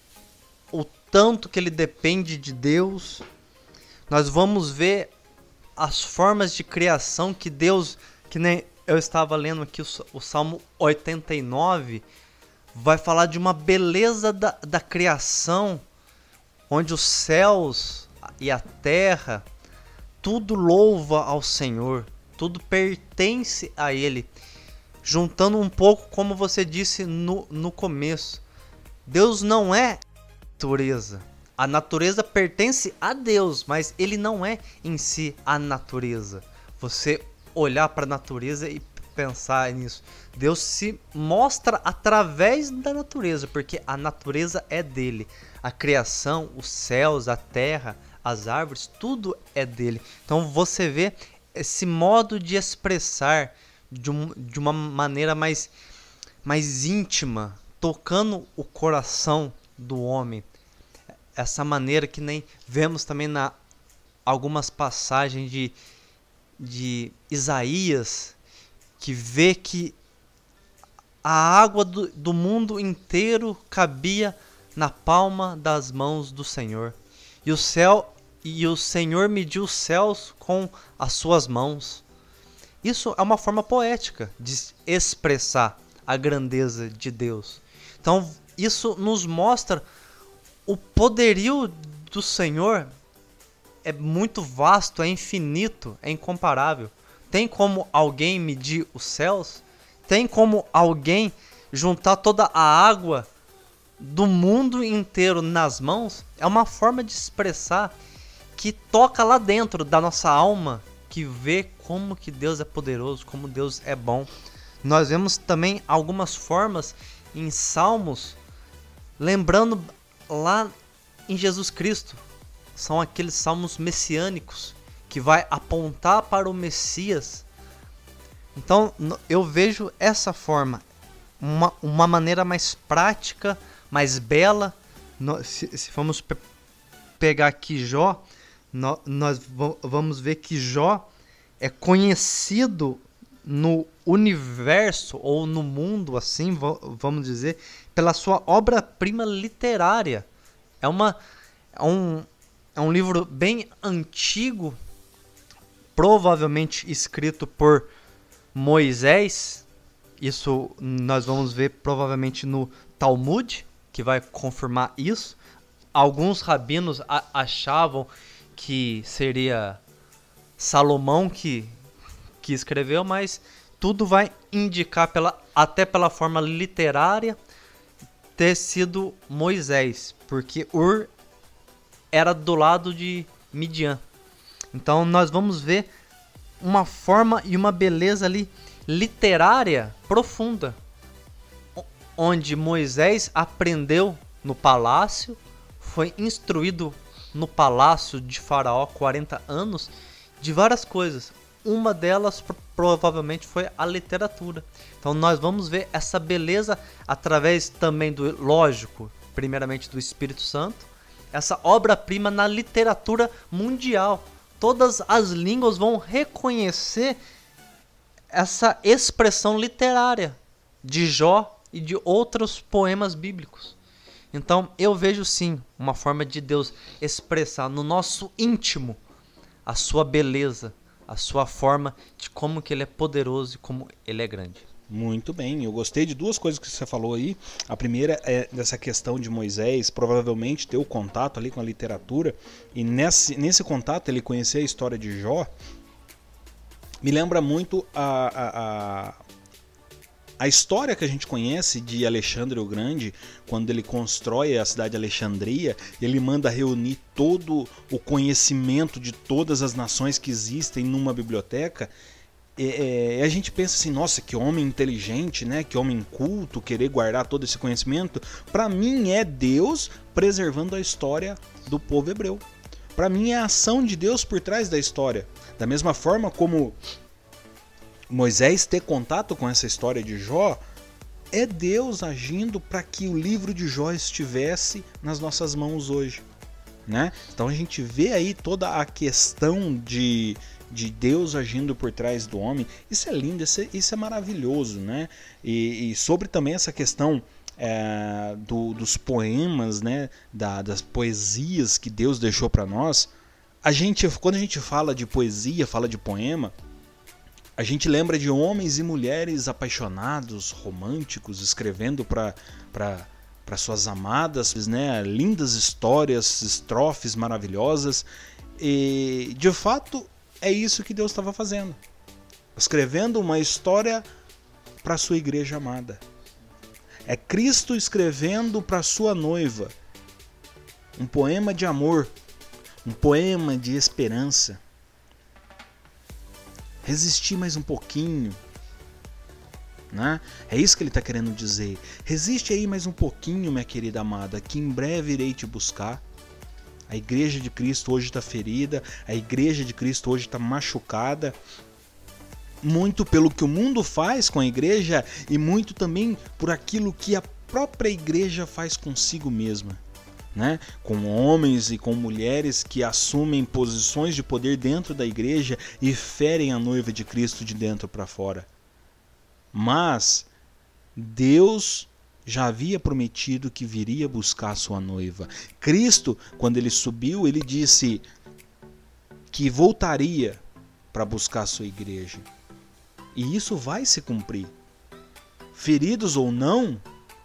o tanto que ele depende de Deus. Nós vamos ver as formas de criação que Deus, que nem eu estava lendo aqui o, o Salmo oitenta e nove, vai falar de uma beleza da, da criação, onde os céus e a terra, tudo louva ao Senhor, tudo pertence a Ele. Juntando um pouco, como você disse no, no começo, Deus não é natureza. A natureza pertence a Deus, mas Ele não é em si a natureza. Você olhar para a natureza e pensar nisso. Deus se mostra através da natureza, porque a natureza é dele. A criação, os céus, a terra, as árvores, tudo é dele. Então você vê esse modo de expressar de, um, de uma maneira mais, mais íntima, tocando o coração do homem. Essa maneira que nem vemos também na algumas passagens de, de Isaías, que vê que a água do, do mundo inteiro cabia na palma das mãos do Senhor. E o céu e o Senhor mediu os céus com as suas mãos. Isso é uma forma poética de expressar a grandeza de Deus. Então, isso nos mostra o poderio do Senhor. É muito vasto, é infinito, é incomparável. Tem como alguém medir os céus? Tem como alguém juntar toda a água do mundo inteiro nas mãos? É uma forma de expressar que toca lá dentro da nossa alma, que vê como que Deus é poderoso, como Deus é bom. Nós vemos também algumas formas em Salmos, lembrando lá em Jesus Cristo. São aqueles salmos messiânicos que vai apontar para o Messias. Então eu vejo essa forma, uma, uma maneira mais prática, mais bela. Se, se formos pe- pegar aqui Jó, no, nós v- vamos ver que Jó é conhecido no universo ou no mundo, assim v- vamos dizer, pela sua obra-prima literária. É, uma, é, um, é um livro bem antigo, provavelmente escrito por Moisés. Isso nós vamos ver provavelmente no Talmud, que vai confirmar isso. Alguns rabinos a- achavam que seria Salomão que, que escreveu, mas tudo vai indicar, pela, até pela forma literária, ter sido Moisés, porque Ur era do lado de Midian. Então nós vamos ver uma forma e uma beleza ali literária profunda, onde Moisés aprendeu no palácio, foi instruído no palácio de Faraó quarenta anos de várias coisas. Uma delas provavelmente foi a literatura. Então nós vamos ver essa beleza através também do, lógico, primeiramente do Espírito Santo, essa obra-prima na literatura mundial. Todas as línguas vão reconhecer essa expressão literária de Jó e de outros poemas bíblicos. Então eu vejo sim uma forma de Deus expressar no nosso íntimo a sua beleza, a sua forma de como que ele é poderoso e como ele é grande. Muito bem, eu gostei de duas coisas que você falou aí. A primeira é dessa questão de Moisés provavelmente ter o contato ali com a literatura, e nesse, nesse contato ele conhecer a história de Jó. Me lembra muito a, a, a, a história que a gente conhece de Alexandre o Grande, quando ele constrói a cidade de Alexandria. Ele manda reunir todo o conhecimento de todas as nações que existem numa biblioteca. É, é, a gente pensa assim, nossa, que homem inteligente, né? Que homem culto, querer guardar todo esse conhecimento. Para mim é Deus preservando a história do povo hebreu. Para mim é a ação de Deus por trás da história. Da mesma forma como Moisés ter contato com essa história de Jó, é Deus agindo para que o livro de Jó estivesse nas nossas mãos hoje, né? Então a gente vê aí toda a questão de, de Deus agindo por trás do homem. Isso é lindo, isso é, isso é maravilhoso, né? E, e sobre também essa questão é, do, dos poemas, né? Da, das poesias que Deus deixou para nós. A gente, quando a gente fala de poesia, fala de poema, a gente lembra de homens e mulheres apaixonados, românticos, escrevendo para para suas amadas, né? Lindas histórias, estrofes maravilhosas. E de fato é isso que Deus estava fazendo, escrevendo uma história para sua igreja amada. É Cristo escrevendo para sua noiva um poema de amor, um poema de esperança. Resistir mais um pouquinho, né? É isso que ele está querendo dizer. Resiste aí mais um pouquinho, minha querida amada, que em breve irei te buscar. A igreja de Cristo hoje está ferida, a igreja de Cristo hoje está machucada, muito pelo que o mundo faz com a igreja e muito também por aquilo que a própria igreja faz consigo mesma, né? Com homens e com mulheres que assumem posições de poder dentro da igreja e ferem a noiva de Cristo de dentro para fora. Mas Deus já havia prometido que viria buscar a sua noiva. Cristo, quando ele subiu, ele disse que voltaria para buscar a sua igreja. E isso vai se cumprir. Feridos ou não,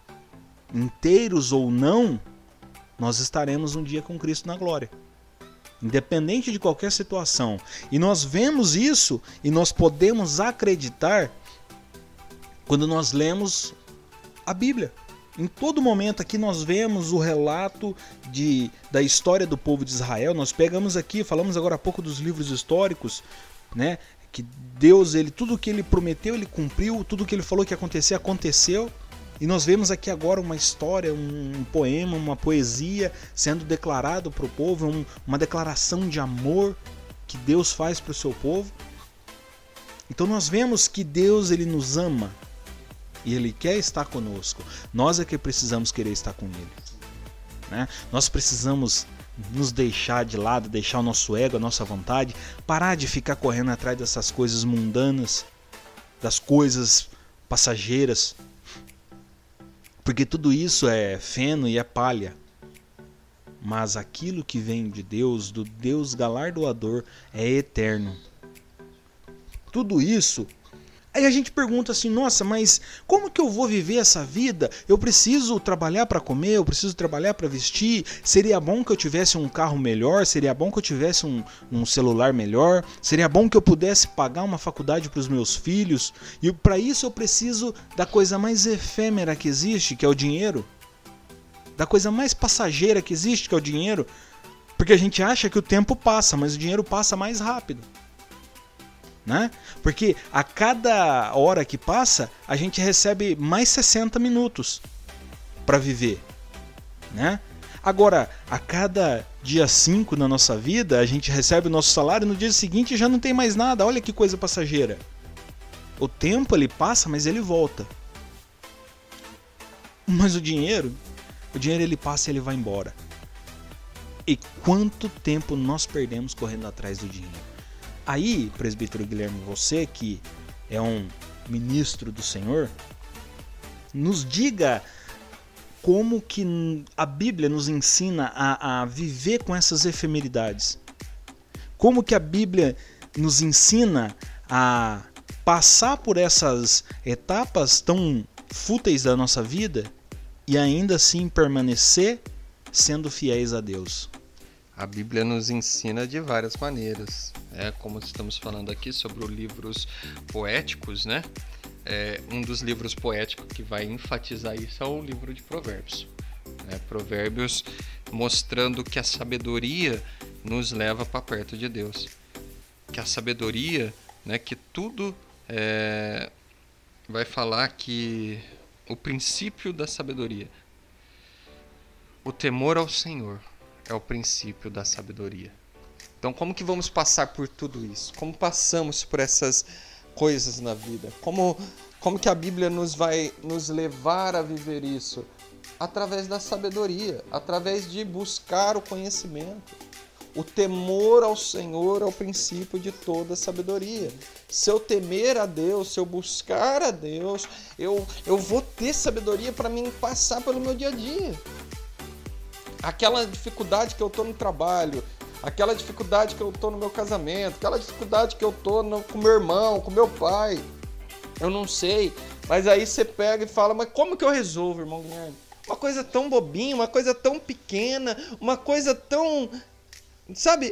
inteiros ou não, nós estaremos um dia com Cristo na glória. Independente de qualquer situação. E nós vemos isso e nós podemos acreditar quando nós lemos a Bíblia. Em todo momento aqui nós vemos o relato de, da história do povo de Israel. Nós pegamos aqui, falamos agora há pouco dos livros históricos, né? Que Deus, ele, tudo que ele prometeu, ele cumpriu, tudo que ele falou que ia acontecer, aconteceu. E nós vemos aqui agora uma história, um, um poema, uma poesia sendo declarado para o povo, um, uma declaração de amor que Deus faz para o seu povo. Então nós vemos que Deus, ele nos ama. E Ele quer estar conosco. Nós é que precisamos querer estar com Ele, né? Nós precisamos nos deixar de lado, deixar o nosso ego, a nossa vontade, parar de ficar correndo atrás dessas coisas mundanas, das coisas passageiras, porque tudo isso é feno e é palha. Mas aquilo que vem de Deus, do Deus galardoador, é eterno. Tudo isso. Aí a gente pergunta assim, nossa, mas como que eu vou viver essa vida? Eu preciso trabalhar para comer, eu preciso trabalhar para vestir. Seria bom que eu tivesse um carro melhor? Seria bom que eu tivesse um, um celular melhor? Seria bom que eu pudesse pagar uma faculdade para os meus filhos? E para isso eu preciso da coisa mais efêmera que existe, que é o dinheiro. Da coisa mais passageira que existe, que é o dinheiro. Porque a gente acha que o tempo passa, mas o dinheiro passa mais rápido. Né? Porque a cada hora que passa, a gente recebe mais sessenta minutos para viver, né? Agora, a cada dia cinco na nossa vida, a gente recebe o nosso salário e no dia seguinte já não tem mais nada. Olha que coisa passageira. O tempo ele passa, mas ele volta. Mas o dinheiro, o dinheiro ele passa e ele vai embora. E quanto tempo nós perdemos correndo atrás do dinheiro? Aí, presbítero Guilherme, você que é um ministro do Senhor, nos diga como que a Bíblia nos ensina a, a viver com essas efemeridades. Como que a Bíblia nos ensina a passar por essas etapas tão fúteis da nossa vida e ainda assim permanecer sendo fiéis a Deus. A Bíblia nos ensina de várias maneiras. É, como estamos falando aqui sobre os livros poéticos, né? É, um dos livros poéticos que vai enfatizar isso é o livro de Provérbios. É, Provérbios mostrando que a sabedoria nos leva para perto de Deus. Que a sabedoria, né, que tudo é, vai falar que o princípio da sabedoria, o temor ao Senhor, é o princípio da sabedoria. Então, como que vamos passar por tudo isso? Como passamos por essas coisas na vida? Como, como que a Bíblia nos vai nos levar a viver isso? Através da sabedoria, através de buscar o conhecimento. O temor ao Senhor é o princípio de toda sabedoria. Se eu temer a Deus, se eu buscar a Deus, eu, eu vou ter sabedoria para mim passar pelo meu dia a dia. Aquela dificuldade que eu estou no trabalho, aquela dificuldade que eu tô no meu casamento, aquela dificuldade que eu tô no, com meu irmão, com meu pai, eu não sei. Mas aí você pega e fala, mas como que eu resolvo, irmão Guilherme? Uma coisa tão bobinha, uma coisa tão pequena, uma coisa tão, sabe,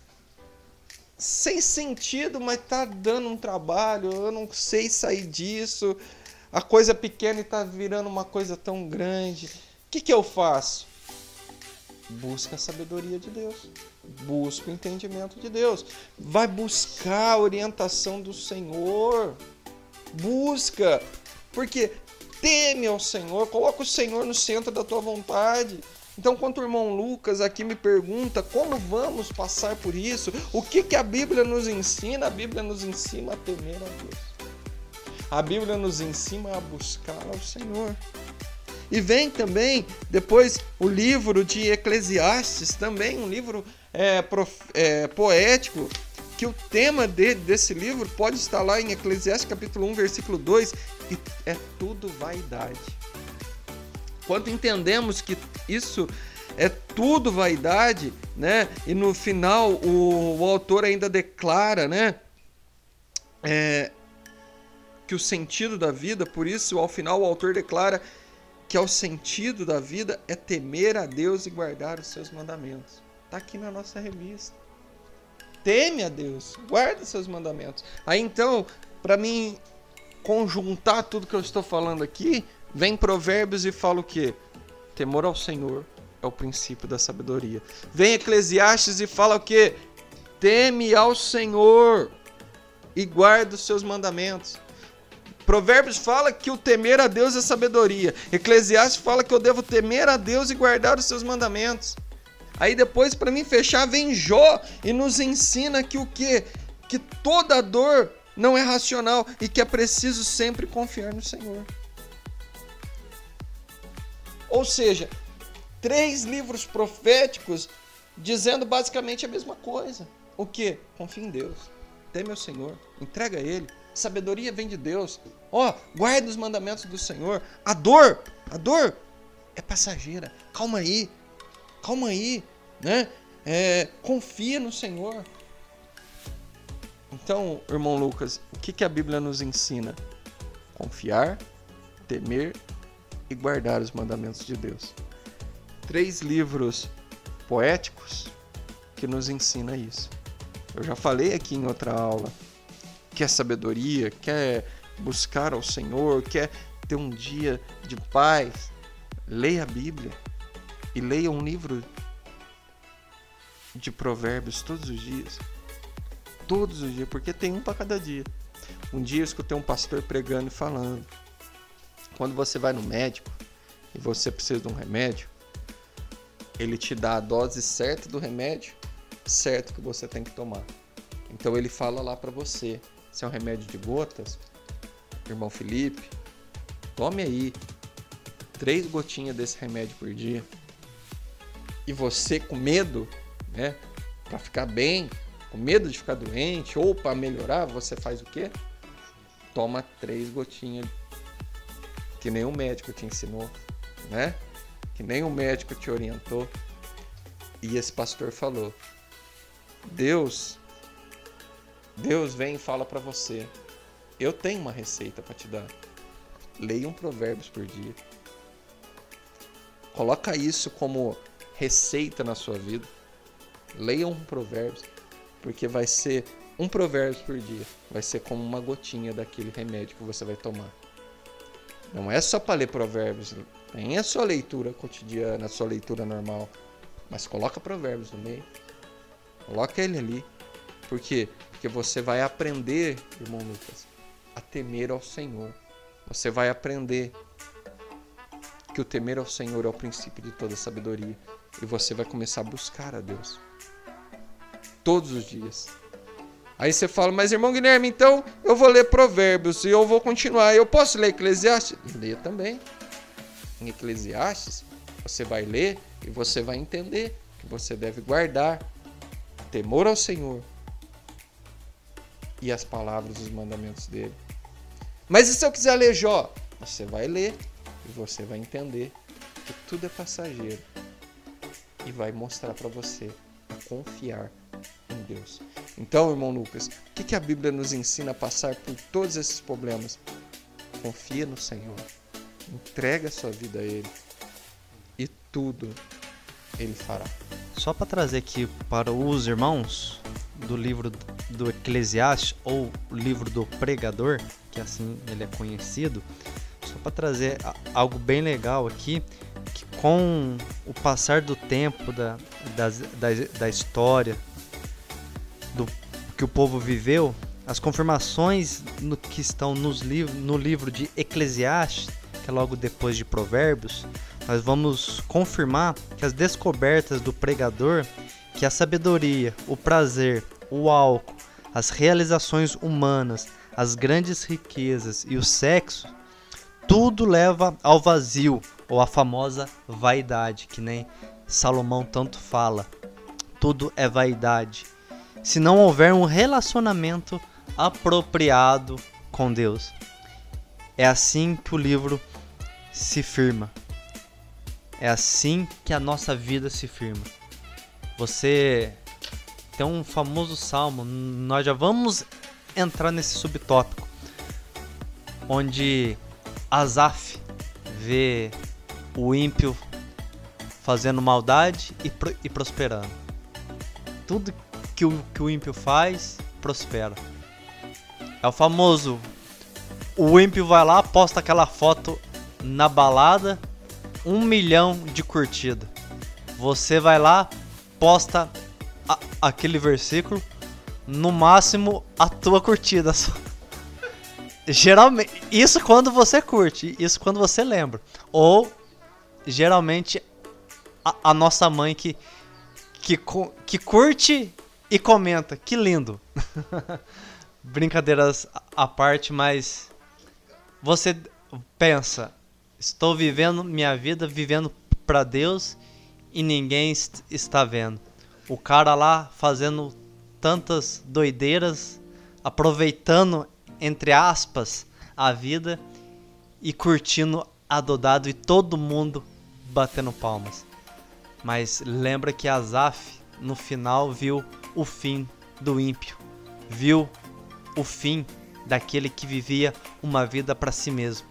sem sentido, mas tá dando um trabalho, eu não sei sair disso, a coisa pequena e tá virando uma coisa tão grande. O que que eu faço? Busca a sabedoria de Deus, busca o entendimento de Deus, vai buscar a orientação do Senhor, busca, porque teme ao Senhor, coloca o Senhor no centro da tua vontade. Então, quando o irmão Lucas aqui me pergunta como vamos passar por isso, o que, que a Bíblia nos ensina? A Bíblia nos ensina a temer a Deus. A Bíblia nos ensina a buscar ao Senhor. E vem também, depois, o livro de Eclesiastes, também um livro é, prof, é, poético, que o tema de, desse livro pode estar lá em Eclesiastes capítulo um, versículo dois, e é tudo vaidade. Quando entendemos que isso é tudo vaidade, né? E no final o, o autor ainda declara, né? É, que o sentido da vida, por isso ao final o autor declara que o sentido da vida é temer a Deus e guardar os seus mandamentos. Está aqui na nossa revista. Teme a Deus, guarda os seus mandamentos. Aí então, para mim conjuntar tudo que eu estou falando aqui, vem Provérbios e fala o quê? Temor ao Senhor é o princípio da sabedoria. Vem Eclesiastes e fala o quê? Teme ao Senhor e guarda os seus mandamentos. Provérbios fala que o temer a Deus é sabedoria. Eclesiastes fala que eu devo temer a Deus e guardar os seus mandamentos. Aí depois, para mim fechar, vem Jó e nos ensina que o quê? Que toda dor não é racional e que é preciso sempre confiar no Senhor. Ou seja, três livros proféticos dizendo basicamente a mesma coisa. O quê? Confia em Deus. Teme ao Senhor. Entrega a Ele. Sabedoria vem de Deus. Ó, oh, guarda os mandamentos do Senhor. A dor, a dor é passageira. Calma aí. Calma aí, né? É, confia no Senhor. Então, irmão Lucas, o que, que a Bíblia nos ensina? Confiar, temer e guardar os mandamentos de Deus. Três livros poéticos que nos ensinam isso. Eu já falei aqui em outra aula. Quer sabedoria, quer buscar ao Senhor, quer ter um dia de paz, leia a Bíblia e leia um livro de Provérbios todos os dias. Todos os dias, porque tem um para cada dia. Um dia eu escutei um pastor pregando e falando: quando você vai no médico e você precisa de um remédio, ele te dá a dose certa do remédio, certo que você tem que tomar. Então ele fala lá para você, se é um remédio de gotas, irmão Felipe, tome aí três gotinhas desse remédio por dia. E você com medo, né, para ficar bem, com medo de ficar doente ou para melhorar, você faz o quê? Toma três gotinhas, que nem o médico te ensinou, né? Que nem o médico te orientou. E esse pastor falou: Deus, Deus vem e fala para você: eu tenho uma receita para te dar. Leia um Provérbios por dia. Coloca isso como receita na sua vida. Leia um Provérbios, porque vai ser um Provérbios por dia. Vai ser como uma gotinha daquele remédio que você vai tomar. Não é só para ler Provérbios, nem é só leitura cotidiana, só leitura normal. Mas coloca Provérbios no meio. Coloca ele ali. Por quê? Porque você vai aprender, irmão Lucas, a temer ao Senhor. Você vai aprender que o temer ao Senhor é o princípio de toda sabedoria. E você vai começar a buscar a Deus. Todos os dias. Aí você fala: mas irmão Guilherme, então eu vou ler Provérbios e eu vou continuar. Eu posso ler Eclesiastes? Leia também. Em Eclesiastes, você vai ler e você vai entender que você deve guardar temor ao Senhor e as palavras e os mandamentos dele. Mas e se eu quiser ler Jó? Você vai ler e você vai entender que tudo é passageiro e vai mostrar para você a confiar em Deus. Então, irmão Lucas, o que, que a Bíblia nos ensina a passar por todos esses problemas? Confia no Senhor, entrega a sua vida a Ele e tudo Ele fará. Só para trazer aqui para os irmãos do livro do Eclesiastes, ou o livro do Pregador, que assim ele é conhecido, só para trazer algo bem legal aqui, que com o passar do tempo, da, da, da, da história, do que o povo viveu, as confirmações no, que estão nos liv- no livro de Eclesiastes, que é logo depois de Provérbios, nós vamos confirmar que as descobertas do pregador, que a sabedoria, o prazer, o álcool, as realizações humanas, as grandes riquezas e o sexo, tudo leva ao vazio, ou à famosa vaidade, que nem Salomão tanto fala. Tudo é vaidade. Se não houver um relacionamento apropriado com Deus. É assim que o livro se firma. É assim que a nossa vida se firma. Você tem um famoso salmo, nós já vamos entrar nesse subtópico, onde Asaf vê o ímpio fazendo maldade e, pro, e prosperando. Tudo que o, que o ímpio faz, prospera. É o famoso, o ímpio vai lá, posta aquela foto na balada, um milhão de curtida. Você vai lá, posta a, aquele versículo, no máximo a tua curtida só. Geralmente, isso quando você curte, isso quando você lembra. Ou, geralmente, a, a nossa mãe que, que, que curte e comenta. Que lindo. Brincadeiras à parte, mas você pensa, estou vivendo minha vida, vivendo para Deus e ninguém est- está vendo. O cara lá fazendo tantas doideiras, aproveitando, entre aspas, a vida e curtindo adodado e todo mundo batendo palmas. Mas lembra que Asaf, no final, viu o fim do ímpio. Viu o fim daquele que vivia uma vida para si mesmo.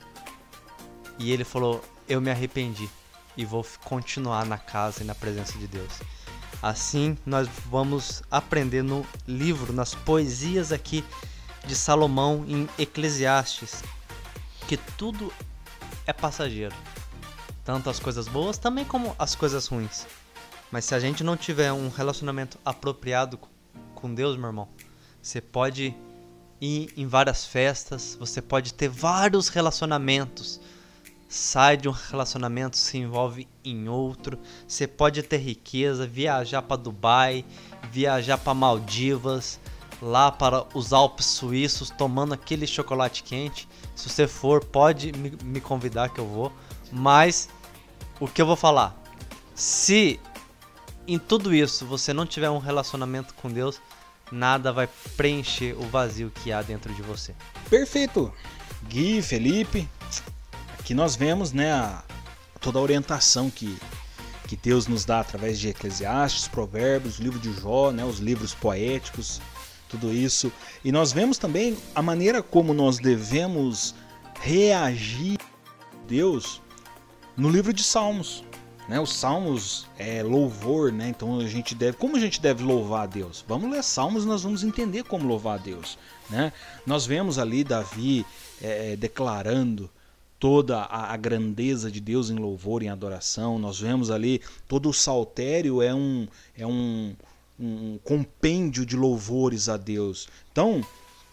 E ele falou, eu me arrependi e vou continuar na casa e na presença de Deus. Assim nós vamos aprender no livro, nas poesias aqui de Salomão em Eclesiastes, que tudo é passageiro. Tanto as coisas boas também como as coisas ruins. Mas se a gente não tiver um relacionamento apropriado com Deus, meu irmão, você pode ir em várias festas, você pode ter vários relacionamentos. Sai de um relacionamento, se envolve em outro. Você pode ter riqueza, viajar para Dubai, viajar para Maldivas, lá para os Alpes suíços, tomando aquele chocolate quente. Se você for, pode me, me convidar que eu vou. Mas o que eu vou falar? Se em tudo isso você não tiver um relacionamento com Deus, nada vai preencher o vazio que há dentro de você. Perfeito. Gui, Felipe, aqui nós vemos, né, a, toda a orientação que, que Deus nos dá através de Eclesiastes, Provérbios, o livro de Jó, né, os livros poéticos, tudo isso. E nós vemos também a maneira como nós devemos reagir a Deus no livro de Salmos. Né, os Salmos é louvor, né? Então a gente deve, como a gente deve louvar a Deus? Vamos ler Salmos e nós vamos entender como louvar a Deus. Né? Nós vemos ali Davi é, declarando toda a, a grandeza de Deus em louvor, em adoração. Nós vemos ali todo o saltério é um, é um, um compêndio de louvores a Deus. Então,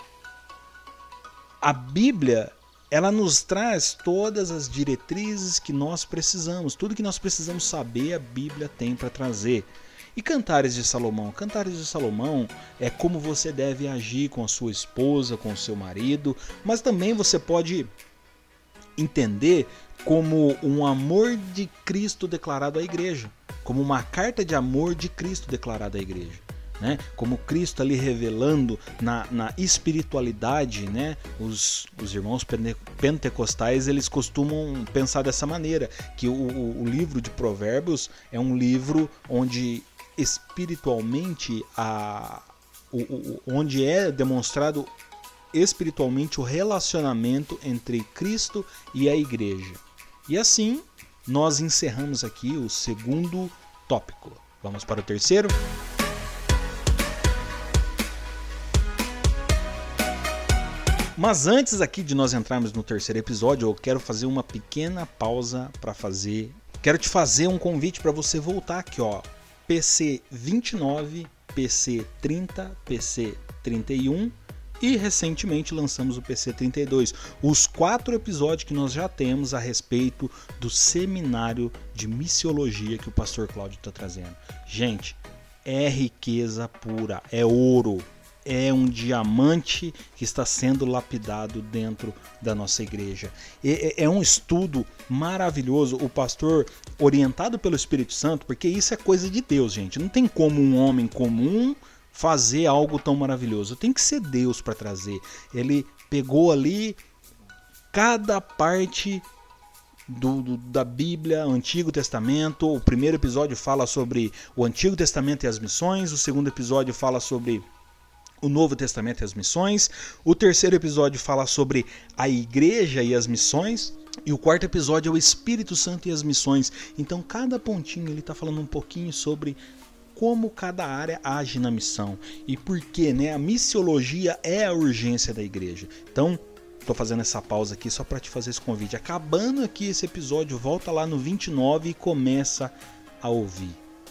a Bíblia, ela nos traz todas as diretrizes que nós precisamos. Tudo que nós precisamos saber, a Bíblia tem para trazer. E Cantares de Salomão? Cantares de Salomão é como você deve agir com a sua esposa, com o seu marido, mas também você pode entender como um amor de Cristo declarado à igreja, como uma carta de amor de Cristo declarada à igreja. Né? Como Cristo ali revelando na, na espiritualidade, né? os, os irmãos pentecostais eles costumam pensar dessa maneira, que o, o, o livro de Provérbios é um livro onde espiritualmente, a, o, o, onde é demonstrado espiritualmente o relacionamento entre Cristo e a igreja. E assim, nós encerramos aqui o segundo tópico. Vamos para o terceiro? Mas antes aqui de nós entrarmos no terceiro episódio, eu quero fazer uma pequena pausa para fazer... Quero te fazer um convite para você voltar aqui, ó. P C vinte e nove, P C trinta, P C trinta e um e recentemente lançamos o P C trinta e dois. Os quatro episódios que nós já temos a respeito do seminário de missiologia que o pastor Cláudio está trazendo. Gente, é riqueza pura, é ouro. É um diamante que está sendo lapidado dentro da nossa igreja. É um estudo maravilhoso, o pastor orientado pelo Espírito Santo, porque isso é coisa de Deus, gente. Não tem como um homem comum fazer algo tão maravilhoso. Tem que ser Deus para trazer. Ele pegou ali cada parte do, do, da Bíblia, Antigo Testamento. O primeiro episódio fala sobre o Antigo Testamento e as missões. O segundo episódio fala sobre o Novo Testamento e as missões. O terceiro episódio fala sobre a igreja e as missões. E o quarto episódio é o Espírito Santo e as missões. Então cada pontinho ele está falando um pouquinho sobre como cada área age na missão. E por que, né? A missiologia é a urgência da igreja. Então, estou fazendo essa pausa aqui só para te fazer esse convite. Acabando aqui esse episódio, volta lá no vinte e nove e começa a ouvir.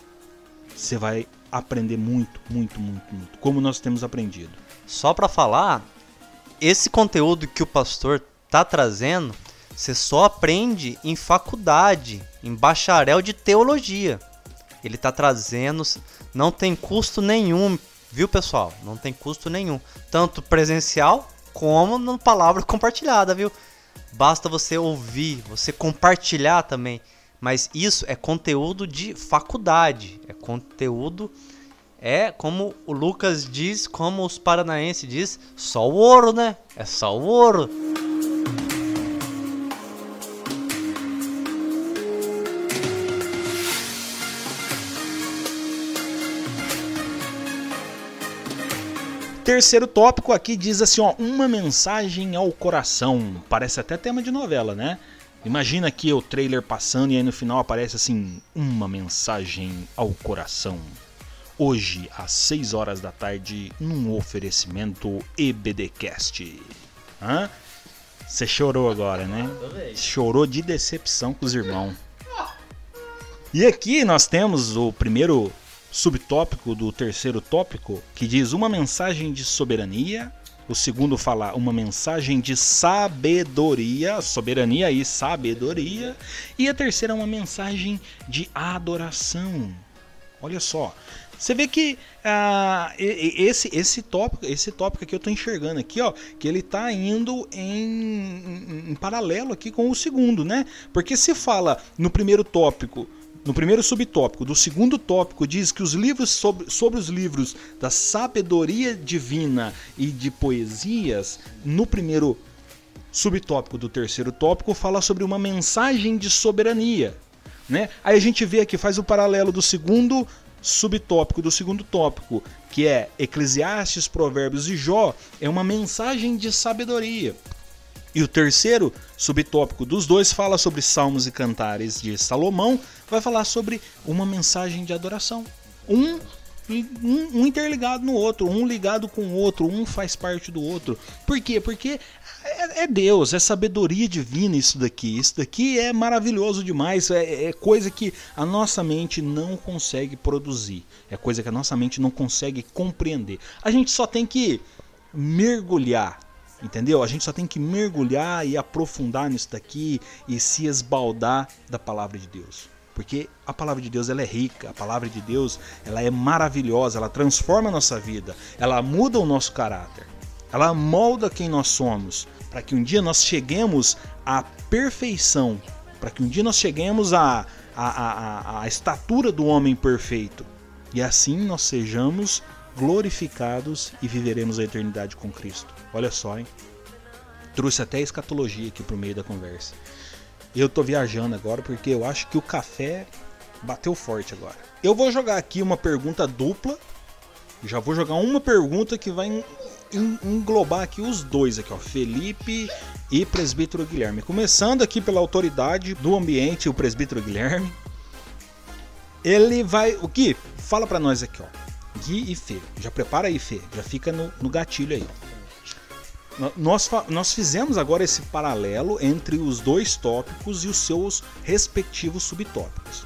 Você vai aprender muito, muito, muito, muito, como nós temos aprendido. Só para falar, esse conteúdo que o pastor tá trazendo, você só aprende em faculdade, em bacharel de teologia. Ele tá trazendo, não tem custo nenhum, viu pessoal? Não tem custo nenhum, tanto presencial como na palavra compartilhada, viu? Basta você ouvir, você compartilhar também. Mas isso é conteúdo de faculdade, é conteúdo, é como o Lucas diz, como os paranaenses diz, só o ouro, né? É só o ouro. Terceiro tópico aqui diz assim, ó, uma mensagem ao coração. Parece até tema de novela, né? Imagina aqui o trailer passando e aí no final aparece assim, uma mensagem ao coração. Hoje, às seis horas da tarde, num oferecimento EBDcast. Hã? Você chorou agora, né? Chorou de decepção com os irmãos. E aqui nós temos o primeiro subtópico do terceiro tópico, que diz uma mensagem de soberania. O segundo fala uma mensagem de sabedoria, soberania e sabedoria. E a terceira é uma mensagem de adoração. Olha só, você vê que ah, esse, esse, tópico, esse tópico que eu estou enxergando aqui, ó, que ele está indo em, em, em paralelo aqui com o segundo, né? Porque se fala no primeiro tópico, no primeiro subtópico, do segundo tópico diz que os livros sobre, sobre os livros da sabedoria divina e de poesias, no primeiro subtópico do terceiro tópico fala sobre uma mensagem de soberania, né? Aí a gente vê aqui, faz o paralelo do segundo subtópico do segundo tópico, que é Eclesiastes, Provérbios e Jó, é uma mensagem de sabedoria. E o terceiro subtópico dos dois fala sobre Salmos e Cantares de Salomão, vai falar sobre uma mensagem de adoração. Um, um, um interligado no outro, um ligado com o outro, um faz parte do outro. Por quê? Porque é, é Deus, é sabedoria divina isso daqui. Isso daqui é maravilhoso demais, é, é coisa que a nossa mente não consegue produzir. É coisa que a nossa mente não consegue compreender. A gente só tem que mergulhar. Entendeu? A gente só tem que mergulhar e aprofundar nisso daqui e se esbaldar da palavra de Deus. Porque a palavra de Deus ela é rica, a palavra de Deus ela é maravilhosa, ela transforma a nossa vida, ela muda o nosso caráter, ela molda quem nós somos, para que um dia nós cheguemos à perfeição, para que um dia nós cheguemos à, à, à, à estatura do homem perfeito. E assim nós sejamos glorificados e viveremos a eternidade com Cristo. Olha só, hein? Trouxe até a escatologia aqui pro meio da conversa. Eu tô viajando agora porque eu acho que o café Bateu forte agora. Eu vou jogar aqui uma pergunta dupla. Já vou jogar uma pergunta que vai englobar aqui os dois aqui, ó, Felipe e presbítero Guilherme. Começando aqui pela autoridade do ambiente, o presbítero Guilherme. Ele vai... O Gui, fala pra nós aqui, ó. Gui e Fê. Já prepara aí, Fê. Já fica no, no gatilho aí, ó. Nós, nós fizemos agora esse paralelo entre os dois tópicos e os seus respectivos subtópicos.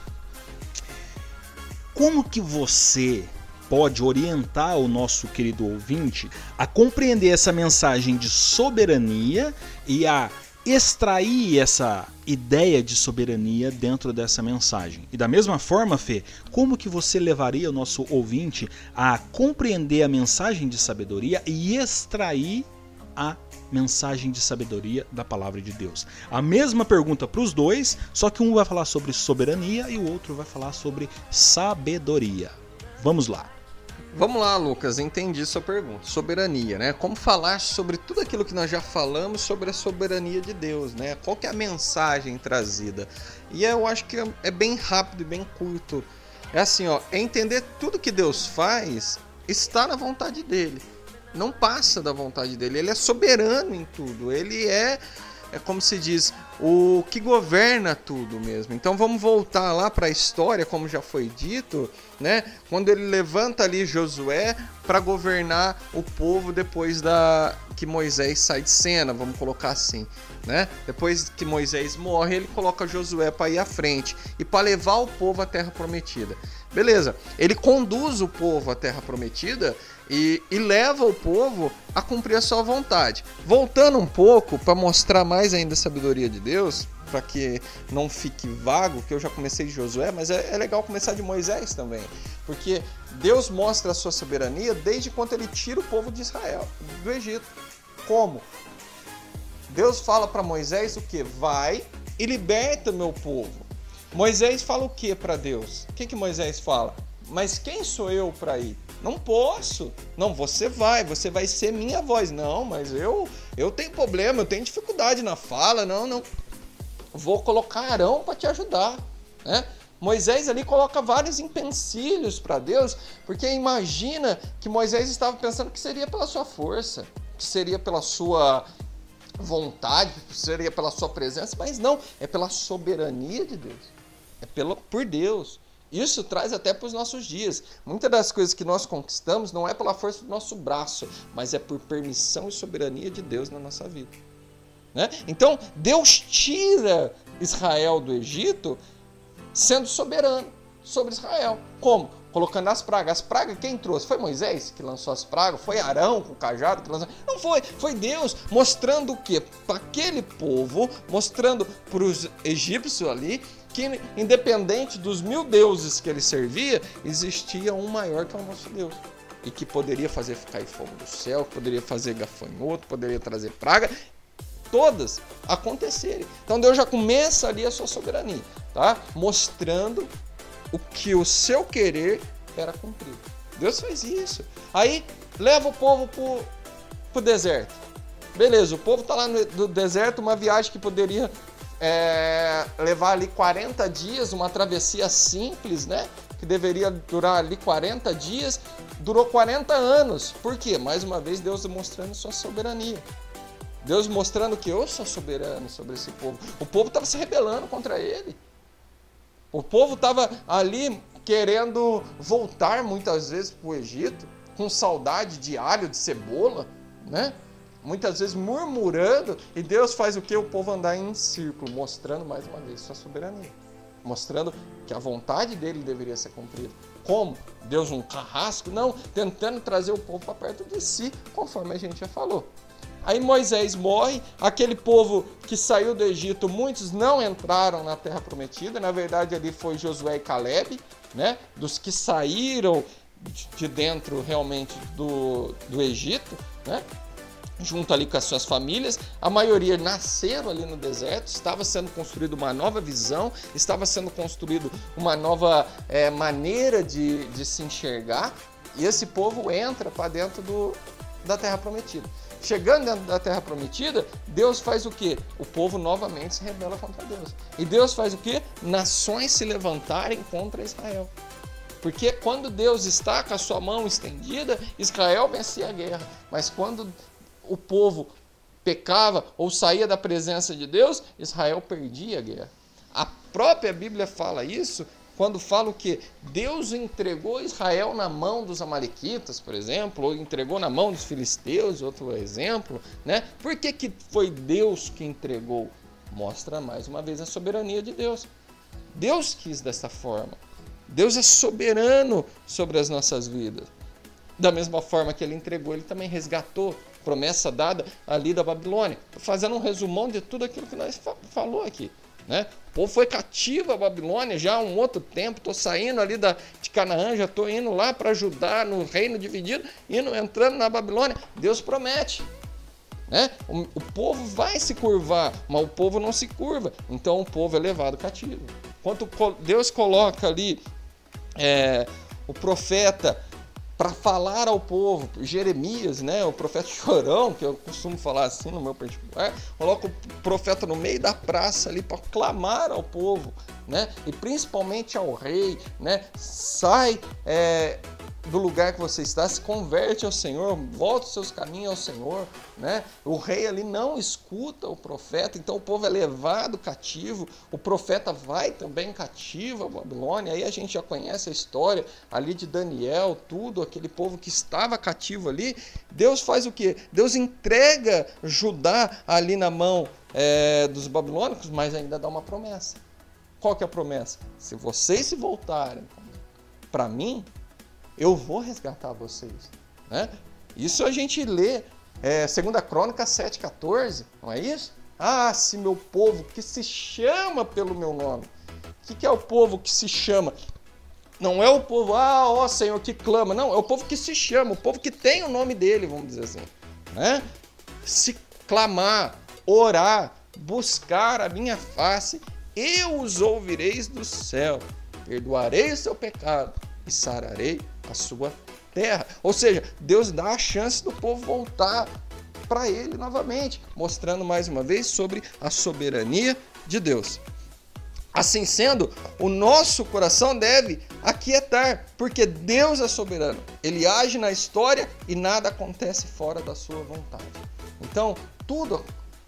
Como que você pode orientar o nosso querido ouvinte a compreender essa mensagem de soberania e a extrair essa ideia de soberania dentro dessa mensagem? E da mesma forma, Fê, como que você levaria o nosso ouvinte a compreender a mensagem de sabedoria e extrair a mensagem de sabedoria da palavra de Deus? A mesma pergunta para os dois, só que um vai falar sobre soberania e o outro vai falar sobre sabedoria. Vamos lá. Vamos lá, Lucas, entendi sua pergunta. Soberania, né? Como falar sobre tudo aquilo que nós já falamos sobre a soberania de Deus, né? Qual que é a mensagem trazida? E eu acho que é bem rápido e bem curto. É assim, ó, entender tudo que Deus faz está na vontade dele. Não passa da vontade dele. Ele é soberano em tudo. Ele é, é como se diz, o que governa tudo mesmo. Então vamos voltar lá para a história, como já foi dito, né? Quando ele levanta ali Josué para governar o povo depois da que Moisés sai de cena, vamos colocar assim, né? Depois que Moisés morre, ele coloca Josué para ir à frente e para levar o povo à Terra Prometida. Beleza, ele conduz o povo à Terra Prometida e, e leva o povo a cumprir a sua vontade. Voltando um pouco para mostrar mais ainda a sabedoria de Deus, para que não fique vago, que eu já comecei de Josué, mas é, é legal começar de Moisés também, porque Deus mostra a sua soberania desde quando ele tira o povo de Israel, do Egito. Como? Deus fala para Moisés o que? Vai e liberta meu povo. Moisés fala o que para Deus? O que, que Moisés fala? Mas quem sou eu para ir? Não posso. Não, você vai, você vai ser minha voz. Não, mas eu, eu tenho problema, eu tenho dificuldade na fala. Não, não. Vou colocar Arão para te ajudar, né? Moisés ali coloca vários empecilhos para Deus, porque imagina que Moisés estava pensando que seria pela sua força, que seria pela sua vontade, que seria pela sua presença, mas não, é pela soberania de Deus, é pelo, por Deus. Isso traz até para os nossos dias. Muitas das coisas que nós conquistamos não é pela força do nosso braço, mas é por permissão e soberania de Deus na nossa vida. Né? Então, Deus tira Israel do Egito sendo soberano sobre Israel. Como? Colocando as pragas. As pragas quem trouxe? Foi Moisés que lançou as pragas? Foi Arão com o cajado que lançou? Não foi. Foi Deus mostrando o quê? Para aquele povo, mostrando para os egípcios ali, que independente dos mil deuses que ele servia, existia um maior que é o nosso Deus. E que poderia fazer cair fogo do céu, poderia fazer gafanhoto, poderia trazer praga. Todas acontecerem. Então Deus já começa ali a sua soberania, tá? Mostrando o que o seu querer era cumprido. Deus faz isso. Aí leva o povo pro, pro deserto. Beleza, o povo tá lá no, no deserto, uma viagem que poderia é, levar ali quarenta dias, uma travessia simples, né? Que deveria durar ali quarenta dias, durou quarenta anos. Por quê? Mais uma vez Deus demonstrando sua soberania. Deus mostrando que eu sou soberano sobre esse povo. O povo estava se rebelando contra ele. O povo estava ali querendo voltar muitas vezes para o Egito, com saudade de alho, de cebola, né? Muitas vezes murmurando, e Deus faz o que? O povo andar em círculo, mostrando mais uma vez sua soberania. Mostrando que a vontade dele deveria ser cumprida. Como? Deus um carrasco? Não, tentando trazer o povo para perto de si, conforme a gente já falou. Aí Moisés morre, aquele povo que saiu do Egito, muitos não entraram na Terra Prometida, na verdade ali foi Josué e Caleb, né? Dos que saíram de dentro realmente do, do Egito, né? Junto ali com as suas famílias, a maioria nasceram ali no deserto, estava sendo construída uma nova visão, estava sendo construída uma nova é, maneira de, de se enxergar, e esse povo entra para dentro do, da Terra Prometida. chegando dentro da terra prometida, Deus faz o quê? O povo novamente se rebela contra Deus. E Deus faz o quê? Nações se levantarem contra Israel. Porque quando Deus está com a sua mão estendida, Israel vencia a guerra. Mas quando o povo pecava ou saía da presença de Deus, Israel perdia a guerra. A própria Bíblia fala isso quando fala o que? Deus entregou Israel na mão dos amalequitas, por exemplo, ou entregou na mão dos filisteus, outro exemplo, né? Por que que foi Deus que entregou? Mostra mais uma vez a soberania de Deus. Deus quis dessa forma. Deus é soberano sobre as nossas vidas. Da mesma forma que ele entregou, ele também resgatou, promessa dada ali da Babilônia. Estou fazendo um resumão de tudo aquilo que nós falou aqui, né? O povo foi cativo à Babilônia já há um outro tempo. Estou saindo ali da, de Canaã, já estou indo lá para ajudar no reino dividido, indo, entrando na Babilônia. Deus promete, né? O, o povo vai se curvar, mas o povo não se curva. Então o povo é levado cativo. Quando Deus coloca ali é, o profeta para falar ao povo, Jeremias, né, o profeta chorão, que eu costumo falar assim no meu particular, coloca o profeta no meio da praça ali para clamar ao povo, né, e principalmente ao rei, né, sai é, do lugar que você está, se converte ao Senhor, volta os seus caminhos ao Senhor, né? O rei ali não escuta o profeta, então o povo é levado cativo, o profeta vai também cativo a Babilônia. Aí a gente já conhece a história ali de Daniel, tudo, aquele povo que estava cativo ali. Deus faz o quê? Deus entrega Judá ali na mão é, dos babilônicos, mas ainda dá uma promessa. Qual que é a promessa? Se vocês se voltarem para mim, eu vou resgatar vocês, né? Isso a gente lê, é, segunda Crônica sete, quatorze, não é isso? Ah, se meu povo que se chama pelo meu nome. O que, que é o povo que se chama? Não é o povo, ah, ó Senhor, que clama. Não, é o povo que se chama, o povo que tem o nome dele, vamos dizer assim, né? Se clamar, orar, buscar a minha face, eu os ouvireis do céu, perdoarei o seu pecado e sararei a sua terra. Ou seja, Deus dá a chance do povo voltar para ele novamente, mostrando mais uma vez sobre a soberania de Deus. Assim sendo, o nosso coração deve aquietar, porque Deus é soberano. Ele age na história e nada acontece fora da sua vontade. Então, tudo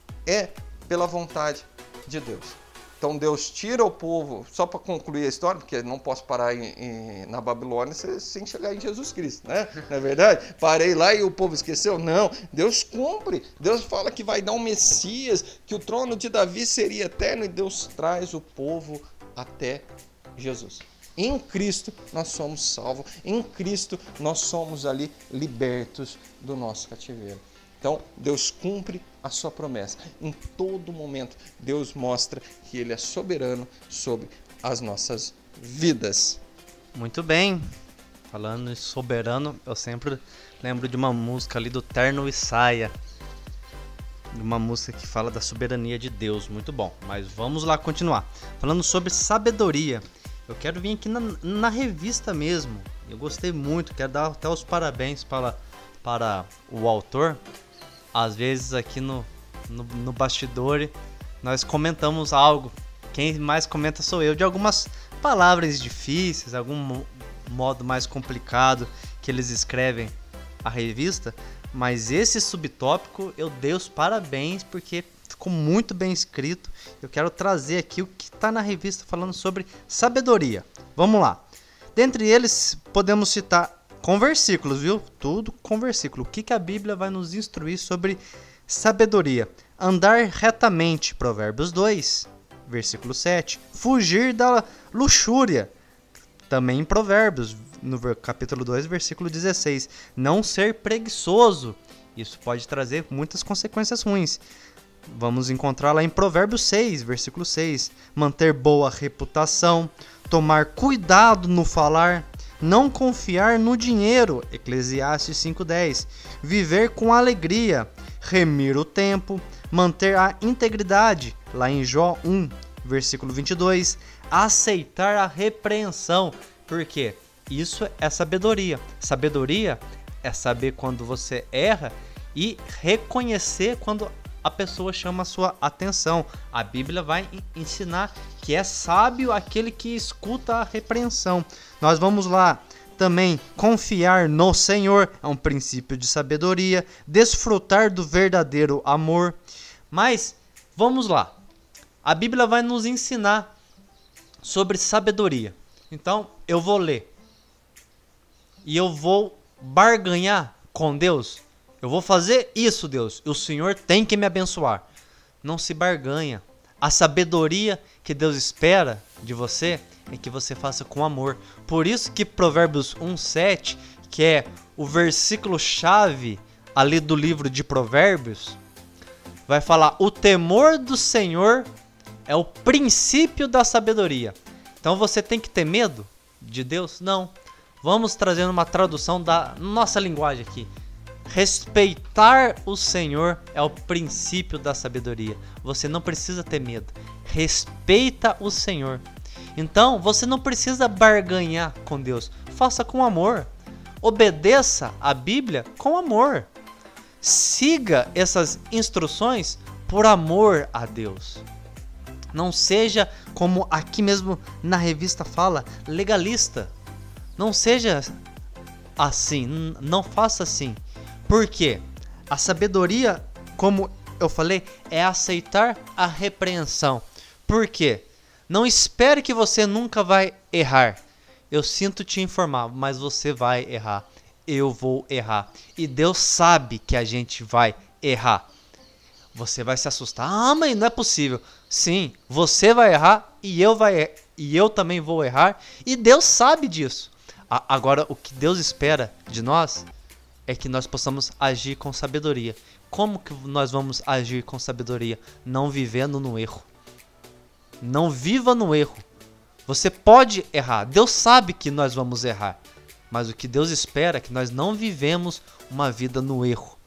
é pela vontade de Deus. Então Deus tira o povo, só para concluir a história, porque não posso parar em, em, na Babilônia sem chegar em Jesus Cristo, né? Não é verdade? Parei lá e o povo esqueceu? Não, Deus cumpre. Deus fala que vai dar um Messias, que o trono de Davi seria eterno, e Deus traz o povo até Jesus. Em Cristo nós somos salvos, em Cristo nós somos ali libertos do nosso cativeiro. Então, Deus cumpre a sua promessa. Em todo momento, Deus mostra que Ele é soberano sobre as nossas vidas. Muito bem. Falando em soberano, eu sempre lembro de uma música ali do Terno e Saia. Uma música que fala da soberania de Deus. Muito bom. Mas vamos lá continuar. Falando sobre sabedoria. Eu quero vir aqui na, na revista mesmo. Eu gostei muito. Quero dar até os parabéns para, para o autor. Às vezes aqui no, no, no bastidor nós comentamos algo. Quem mais comenta sou eu, de algumas palavras difíceis, algum modo mais complicado que eles escrevem a revista. Mas esse subtópico eu dei os parabéns porque ficou muito bem escrito. Eu quero trazer aqui o que está na revista falando sobre sabedoria. Vamos lá. Dentre eles podemos citar com versículos, viu? Tudo com versículo. O que, que a Bíblia vai nos instruir sobre sabedoria? Andar retamente, Provérbios dois, versículo sete. Fugir da luxúria, também em Provérbios, no capítulo dois, versículo dezesseis. Não ser preguiçoso, isso pode trazer muitas consequências ruins. Vamos encontrar lá em Provérbios seis, versículo seis. Manter boa reputação, tomar cuidado no falar, não confiar no dinheiro, Eclesiastes cinco, dez. Viver com alegria, remir o tempo, manter a integridade, lá em Jó um, versículo vinte e dois. Aceitar a repreensão, porque isso é sabedoria. Sabedoria é saber quando você erra e reconhecer quando a pessoa chama a sua atenção. A Bíblia vai ensinar que é sábio aquele que escuta a repreensão. Nós vamos lá também. Confiar no Senhor é um princípio de sabedoria. Desfrutar do verdadeiro amor. Mas vamos lá. A Bíblia vai nos ensinar sobre sabedoria. Então eu vou ler e eu vou barganhar com Deus. Eu vou fazer isso, Deus. E o Senhor tem que me abençoar. Não se barganha. A sabedoria que Deus espera de você é que você faça com amor. Por isso que Provérbios um, sete, que é o versículo-chave ali do livro de Provérbios, vai falar: o temor do Senhor é o princípio da sabedoria. Então você tem que ter medo de Deus? Não. Vamos trazendo uma tradução da nossa linguagem aqui. Respeitar o Senhor é o princípio da sabedoria. Você não precisa ter medo. Respeita o Senhor. Então, você não precisa barganhar com Deus. Faça com amor. Obedeça a Bíblia com amor. Siga essas instruções por amor a Deus. Não seja, como aqui mesmo na revista fala, legalista. Não seja assim. Não faça assim. Por quê? A sabedoria, como eu falei, é aceitar a repreensão. Por quê? Não espere que você nunca vai errar. Eu sinto te informar, mas você vai errar. Eu vou errar. E Deus sabe que a gente vai errar. Você vai se assustar. Ah, mãe, não é possível. Sim, você vai errar e eu, vai, e eu também vou errar. E Deus sabe disso. A, agora, o que Deus espera de nós é que nós possamos agir com sabedoria. Como que nós vamos agir com sabedoria? Não vivendo no erro. Não viva no erro. Você pode errar. Deus sabe que nós vamos errar. Mas o que Deus espera é que nós não vivemos uma vida no erro.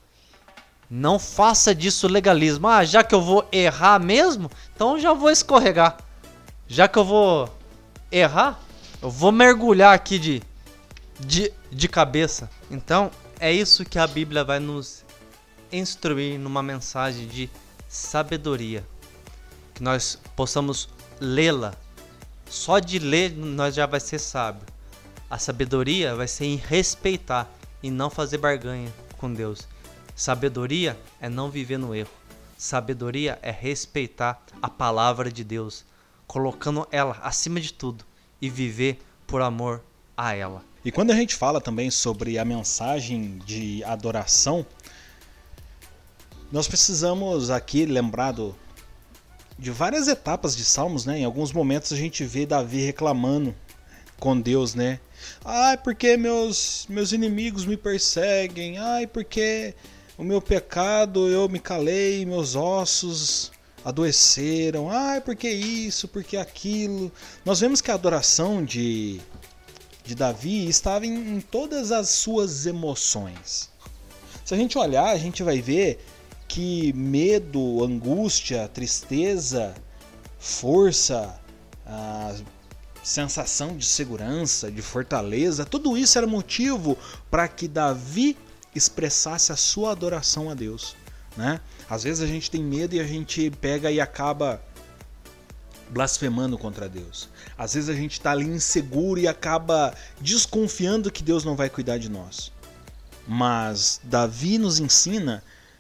Não faça disso legalismo. Ah, já que eu vou errar mesmo, então eu já vou escorregar. Já que eu vou errar, eu vou mergulhar aqui de... De, de cabeça. Então é isso que a Bíblia vai nos instruir numa mensagem de sabedoria, que nós possamos lê-la. Só de ler nós já vai ser sábio. A sabedoria vai ser em respeitar e não fazer barganha com Deus. Sabedoria é não viver no erro. Sabedoria é respeitar a palavra de Deus, colocando ela acima de tudo e viver por amor a ela. E quando a gente fala também sobre a mensagem de adoração, nós precisamos aqui lembrar do, de várias etapas de Salmos, né? Em alguns momentos a gente vê Davi reclamando com Deus, né? Ai, porque meus, meus inimigos me perseguem. Ai, porque o meu pecado eu me calei, meus ossos adoeceram. Ai, porque isso, porque aquilo. Nós vemos que a adoração de... de Davi estava em, em todas as suas emoções. Se a gente olhar, a gente vai ver que medo, angústia, tristeza, força, a sensação de segurança, de fortaleza, tudo isso era motivo para que Davi expressasse a sua adoração a Deus, né? Às vezes a gente tem medo e a gente pega e acaba blasfemando contra Deus. Às vezes a gente está ali inseguro e acaba desconfiando que Deus não vai cuidar de nós. Mas Davi nos ensina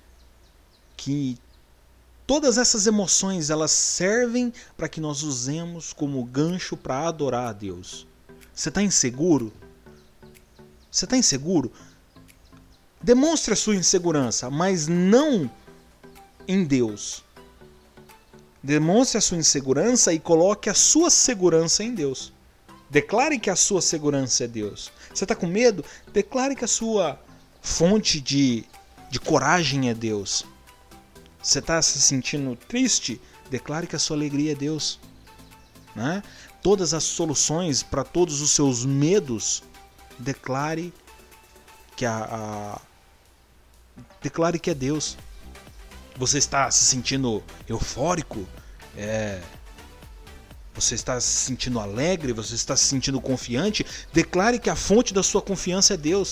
que todas essas emoções elas servem para que nós usemos como gancho para adorar a Deus. Você está inseguro? Você está inseguro? Demonstre a sua insegurança, mas não em Deus. Demonstre a sua insegurança e coloque a sua segurança em Deus. Declare que a sua segurança é Deus. Você está com medo? Declare que a sua fonte de, de coragem é Deus. Você está se sentindo triste? Declare que a sua alegria é Deus. Né? Todas as soluções para todos os seus medos, declare que, a, a, declare que é Deus. Você está se sentindo eufórico? É... Você está se sentindo alegre? Você está se sentindo confiante? Declare que a fonte da sua confiança é Deus.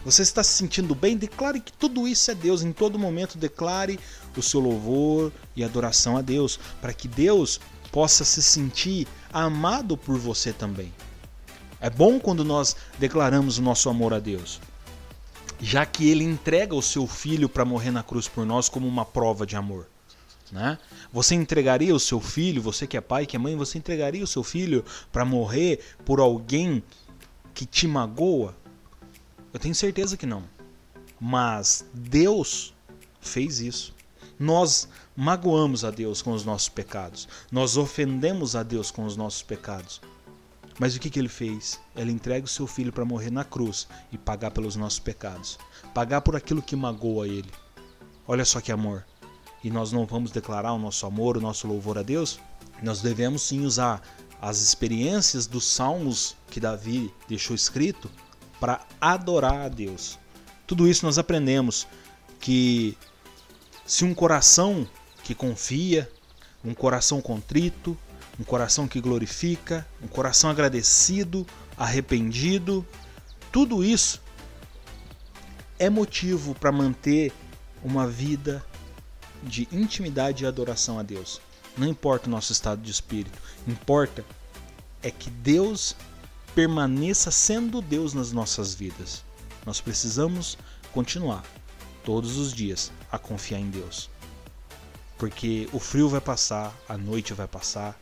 Você está se sentindo bem? Declare que tudo isso é Deus. Em todo momento declare o seu louvor e adoração a Deus, para que Deus possa se sentir amado por você também. É bom quando nós declaramos o nosso amor a Deus, já que Ele entrega o seu Filho para morrer na cruz por nós como uma prova de amor. Né? Você entregaria o seu filho, você que é pai, que é mãe, você entregaria o seu filho para morrer por alguém que te magoa? Eu tenho certeza que não. Mas Deus fez isso. Nós magoamos a Deus com os nossos pecados. Nós ofendemos a Deus com os nossos pecados. Mas o que, que Ele fez? Ele entrega o seu filho para morrer na cruz e pagar pelos nossos pecados. Pagar por aquilo que magoa Ele. Olha só que amor. E nós não vamos declarar o nosso amor, o nosso louvor a Deus? Nós devemos sim usar as experiências dos salmos que Davi deixou escrito para adorar a Deus. Tudo isso nós aprendemos que se um coração que confia, um coração contrito, um coração que glorifica, um coração agradecido, arrependido, tudo isso é motivo para manter uma vida de intimidade e adoração a Deus. Não importa o nosso estado de espírito, importa é que Deus permaneça sendo Deus nas nossas vidas. Nós precisamos continuar todos os dias a confiar em Deus, porque o frio vai passar, a noite vai passar,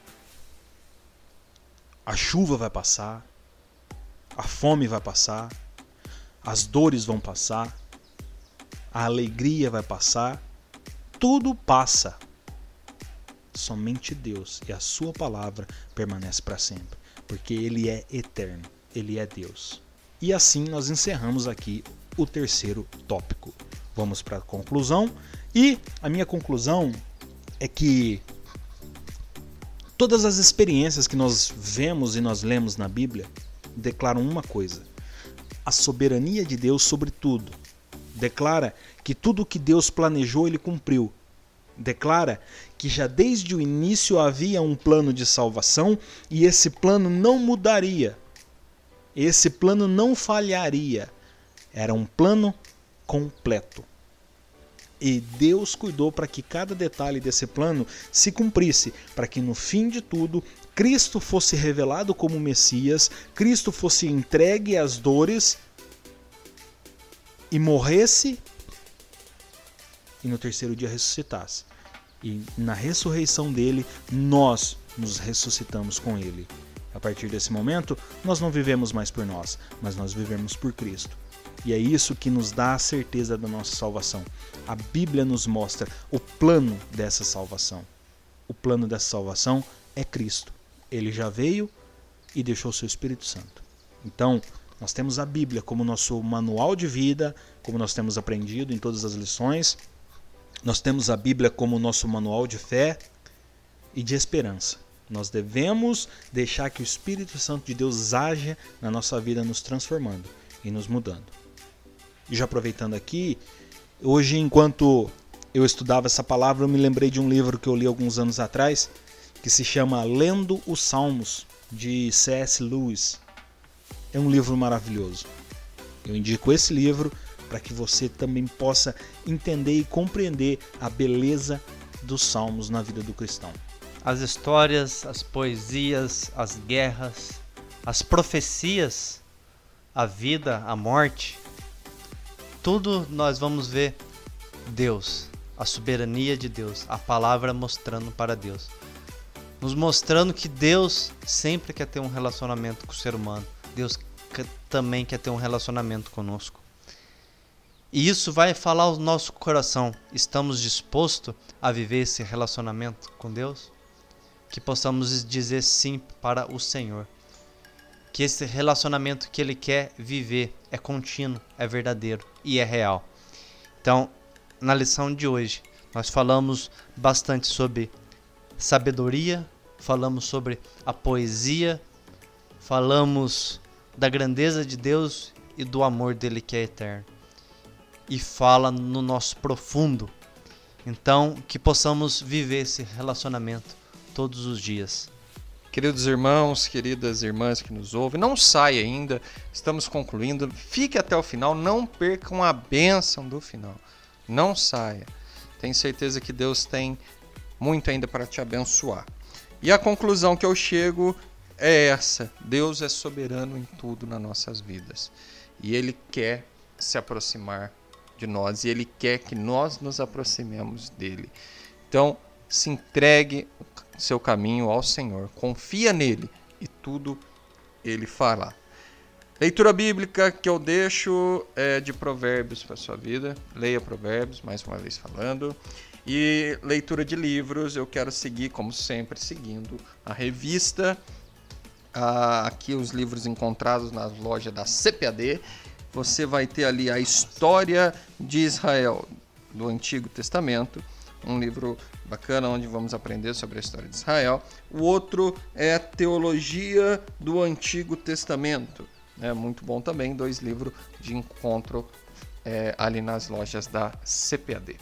a chuva vai passar, a fome vai passar, as dores vão passar, a alegria vai passar. Tudo passa. Somente Deus e a sua palavra permanece para sempre, porque Ele é eterno, Ele é Deus. E assim nós encerramos aqui o terceiro tópico. Vamos para a conclusão. E a minha conclusão é que todas as experiências que nós vemos e nós lemos na Bíblia declaram uma coisa: a soberania de Deus sobre tudo. Declara que tudo o que Deus planejou Ele cumpriu. Declara que já desde o início havia um plano de salvação e esse plano não mudaria. Esse plano não falharia. Era um plano completo. E Deus cuidou para que cada detalhe desse plano se cumprisse, para que no fim de tudo Cristo fosse revelado como Messias, Cristo fosse entregue às dores e morresse e no terceiro dia ressuscitasse. E na ressurreição dele, nós nos ressuscitamos com ele. A partir desse momento, nós não vivemos mais por nós, mas nós vivemos por Cristo. E é isso que nos dá a certeza da nossa salvação. A Bíblia nos mostra o plano dessa salvação. O plano dessa salvação é Cristo. Ele já veio e deixou o seu Espírito Santo. Então, nós temos a Bíblia como nosso manual de vida, como nós temos aprendido em todas as lições. Nós temos a Bíblia como nosso manual de fé e de esperança. Nós devemos deixar que o Espírito Santo de Deus haja na nossa vida, nos transformando e nos mudando. E já aproveitando aqui, hoje enquanto eu estudava essa palavra, eu me lembrei de um livro que eu li alguns anos atrás, que se chama Lendo os Salmos, de C S Lewis. É um livro maravilhoso. Eu indico esse livro para que você também possa entender e compreender a beleza dos salmos na vida do cristão. As histórias, as poesias, as guerras, as profecias, a vida, a morte, tudo nós vamos ver Deus, a soberania de Deus, a palavra mostrando para Deus. Nos mostrando que Deus sempre quer ter um relacionamento com o ser humano. Deus também quer ter um relacionamento conosco. E isso vai falar ao nosso coração. Estamos dispostos a viver esse relacionamento com Deus? Que possamos dizer sim para o Senhor. Que esse relacionamento que Ele quer viver é contínuo, é verdadeiro e é real. Então, na lição de hoje, nós falamos bastante sobre sabedoria, falamos sobre a poesia, falamos da grandeza de Deus e do amor dele que é eterno. E fala no nosso profundo. Então, que possamos viver esse relacionamento todos os dias. Queridos irmãos, queridas irmãs que nos ouvem, não saia ainda, estamos concluindo. Fique até o final, não percam a bênção do final. Não saia. Tenho certeza que Deus tem muito ainda para te abençoar. E a conclusão que eu chego é essa: Deus é soberano em tudo nas nossas vidas. E Ele quer se aproximar de nós, e Ele quer que nós nos aproximemos dEle. Então, se entregue o seu caminho ao Senhor, confia nele e tudo Ele fará. Leitura bíblica que eu deixo é de Provérbios para a sua vida. Leia Provérbios, mais uma vez falando. E leitura de livros, eu quero seguir, como sempre, seguindo a revista. Ah, aqui os livros encontrados na loja da C P A D. Você vai ter ali a História de Israel do Antigo Testamento. Um livro bacana onde vamos aprender sobre a história de Israel. O outro é Teologia do Antigo Testamento. É muito bom também, dois livros de encontro é, ali nas lojas da C P A D.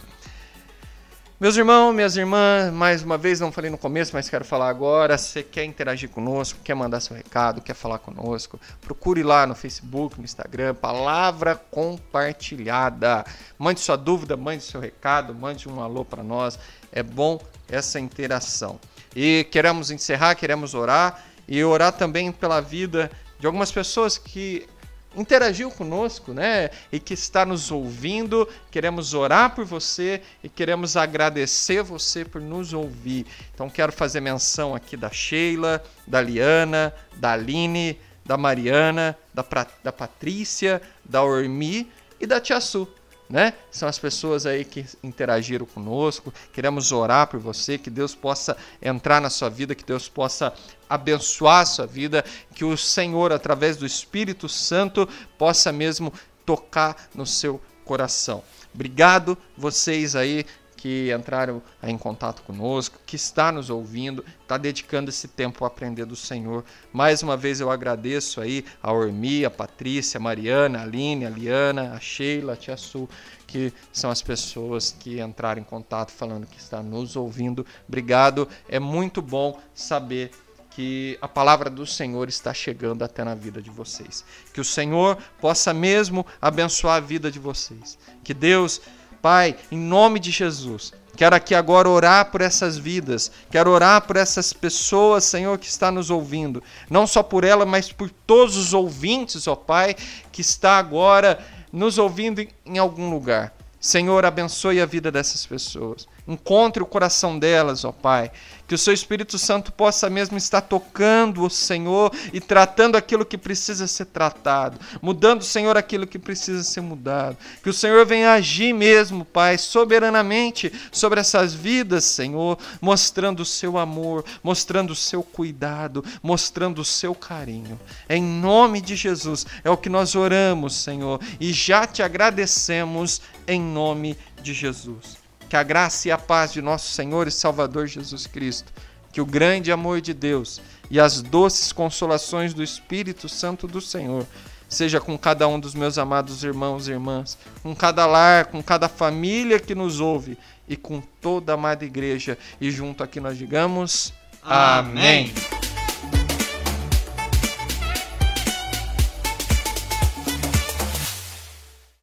Meus irmãos, minhas irmãs, mais uma vez, não falei no começo, mas quero falar agora. Se quer interagir conosco, quer mandar seu recado, quer falar conosco, procure lá no Facebook, no Instagram, Palavra Compartilhada. Mande sua dúvida, mande seu recado, mande um alô para nós. É bom essa interação. E queremos encerrar, queremos orar e orar também pela vida de algumas pessoas que interagiu conosco, né? E que está nos ouvindo. Queremos orar por você e queremos agradecer você por nos ouvir. Então quero fazer menção aqui da Sheila, da Liana, da Aline, da Mariana, da, pra, da Patrícia, da Ormi e da Tia Su, né? São as pessoas aí que interagiram conosco. Queremos orar por você, que Deus possa entrar na sua vida, que Deus possa abençoar a sua vida, que o Senhor, através do Espírito Santo, possa mesmo tocar no seu coração. Obrigado vocês aí que entraram em contato conosco, que está nos ouvindo, está dedicando esse tempo a aprender do Senhor. Mais uma vez eu agradeço aí a Ormi, a Patrícia, a Mariana, a Aline, a Liana, a Sheila, a Tia Su, que são as pessoas que entraram em contato falando que está nos ouvindo. Obrigado, é muito bom saber que a palavra do Senhor está chegando até na vida de vocês. Que o Senhor possa mesmo abençoar a vida de vocês. Que Deus, Pai, em nome de Jesus, quero aqui agora orar por essas vidas, quero orar por essas pessoas, Senhor, que está nos ouvindo. Não só por ela, mas por todos os ouvintes, ó Pai, que está agora nos ouvindo em algum lugar. Senhor, abençoe a vida dessas pessoas. Encontre o coração delas, ó Pai. Que o seu Espírito Santo possa mesmo estar tocando o Senhor e tratando aquilo que precisa ser tratado. Mudando, Senhor, aquilo que precisa ser mudado. Que o Senhor venha agir mesmo, Pai, soberanamente sobre essas vidas, Senhor. Mostrando o seu amor, mostrando o seu cuidado, mostrando o seu carinho. Em nome de Jesus, é o que nós oramos, Senhor. E já te agradecemos em nome de Jesus. Que a graça e a paz de nosso Senhor e Salvador Jesus Cristo, que o grande amor de Deus e as doces consolações do Espírito Santo do Senhor seja com cada um dos meus amados irmãos e irmãs, com cada lar, com cada família que nos ouve e com toda a amada igreja. E junto aqui nós digamos amém.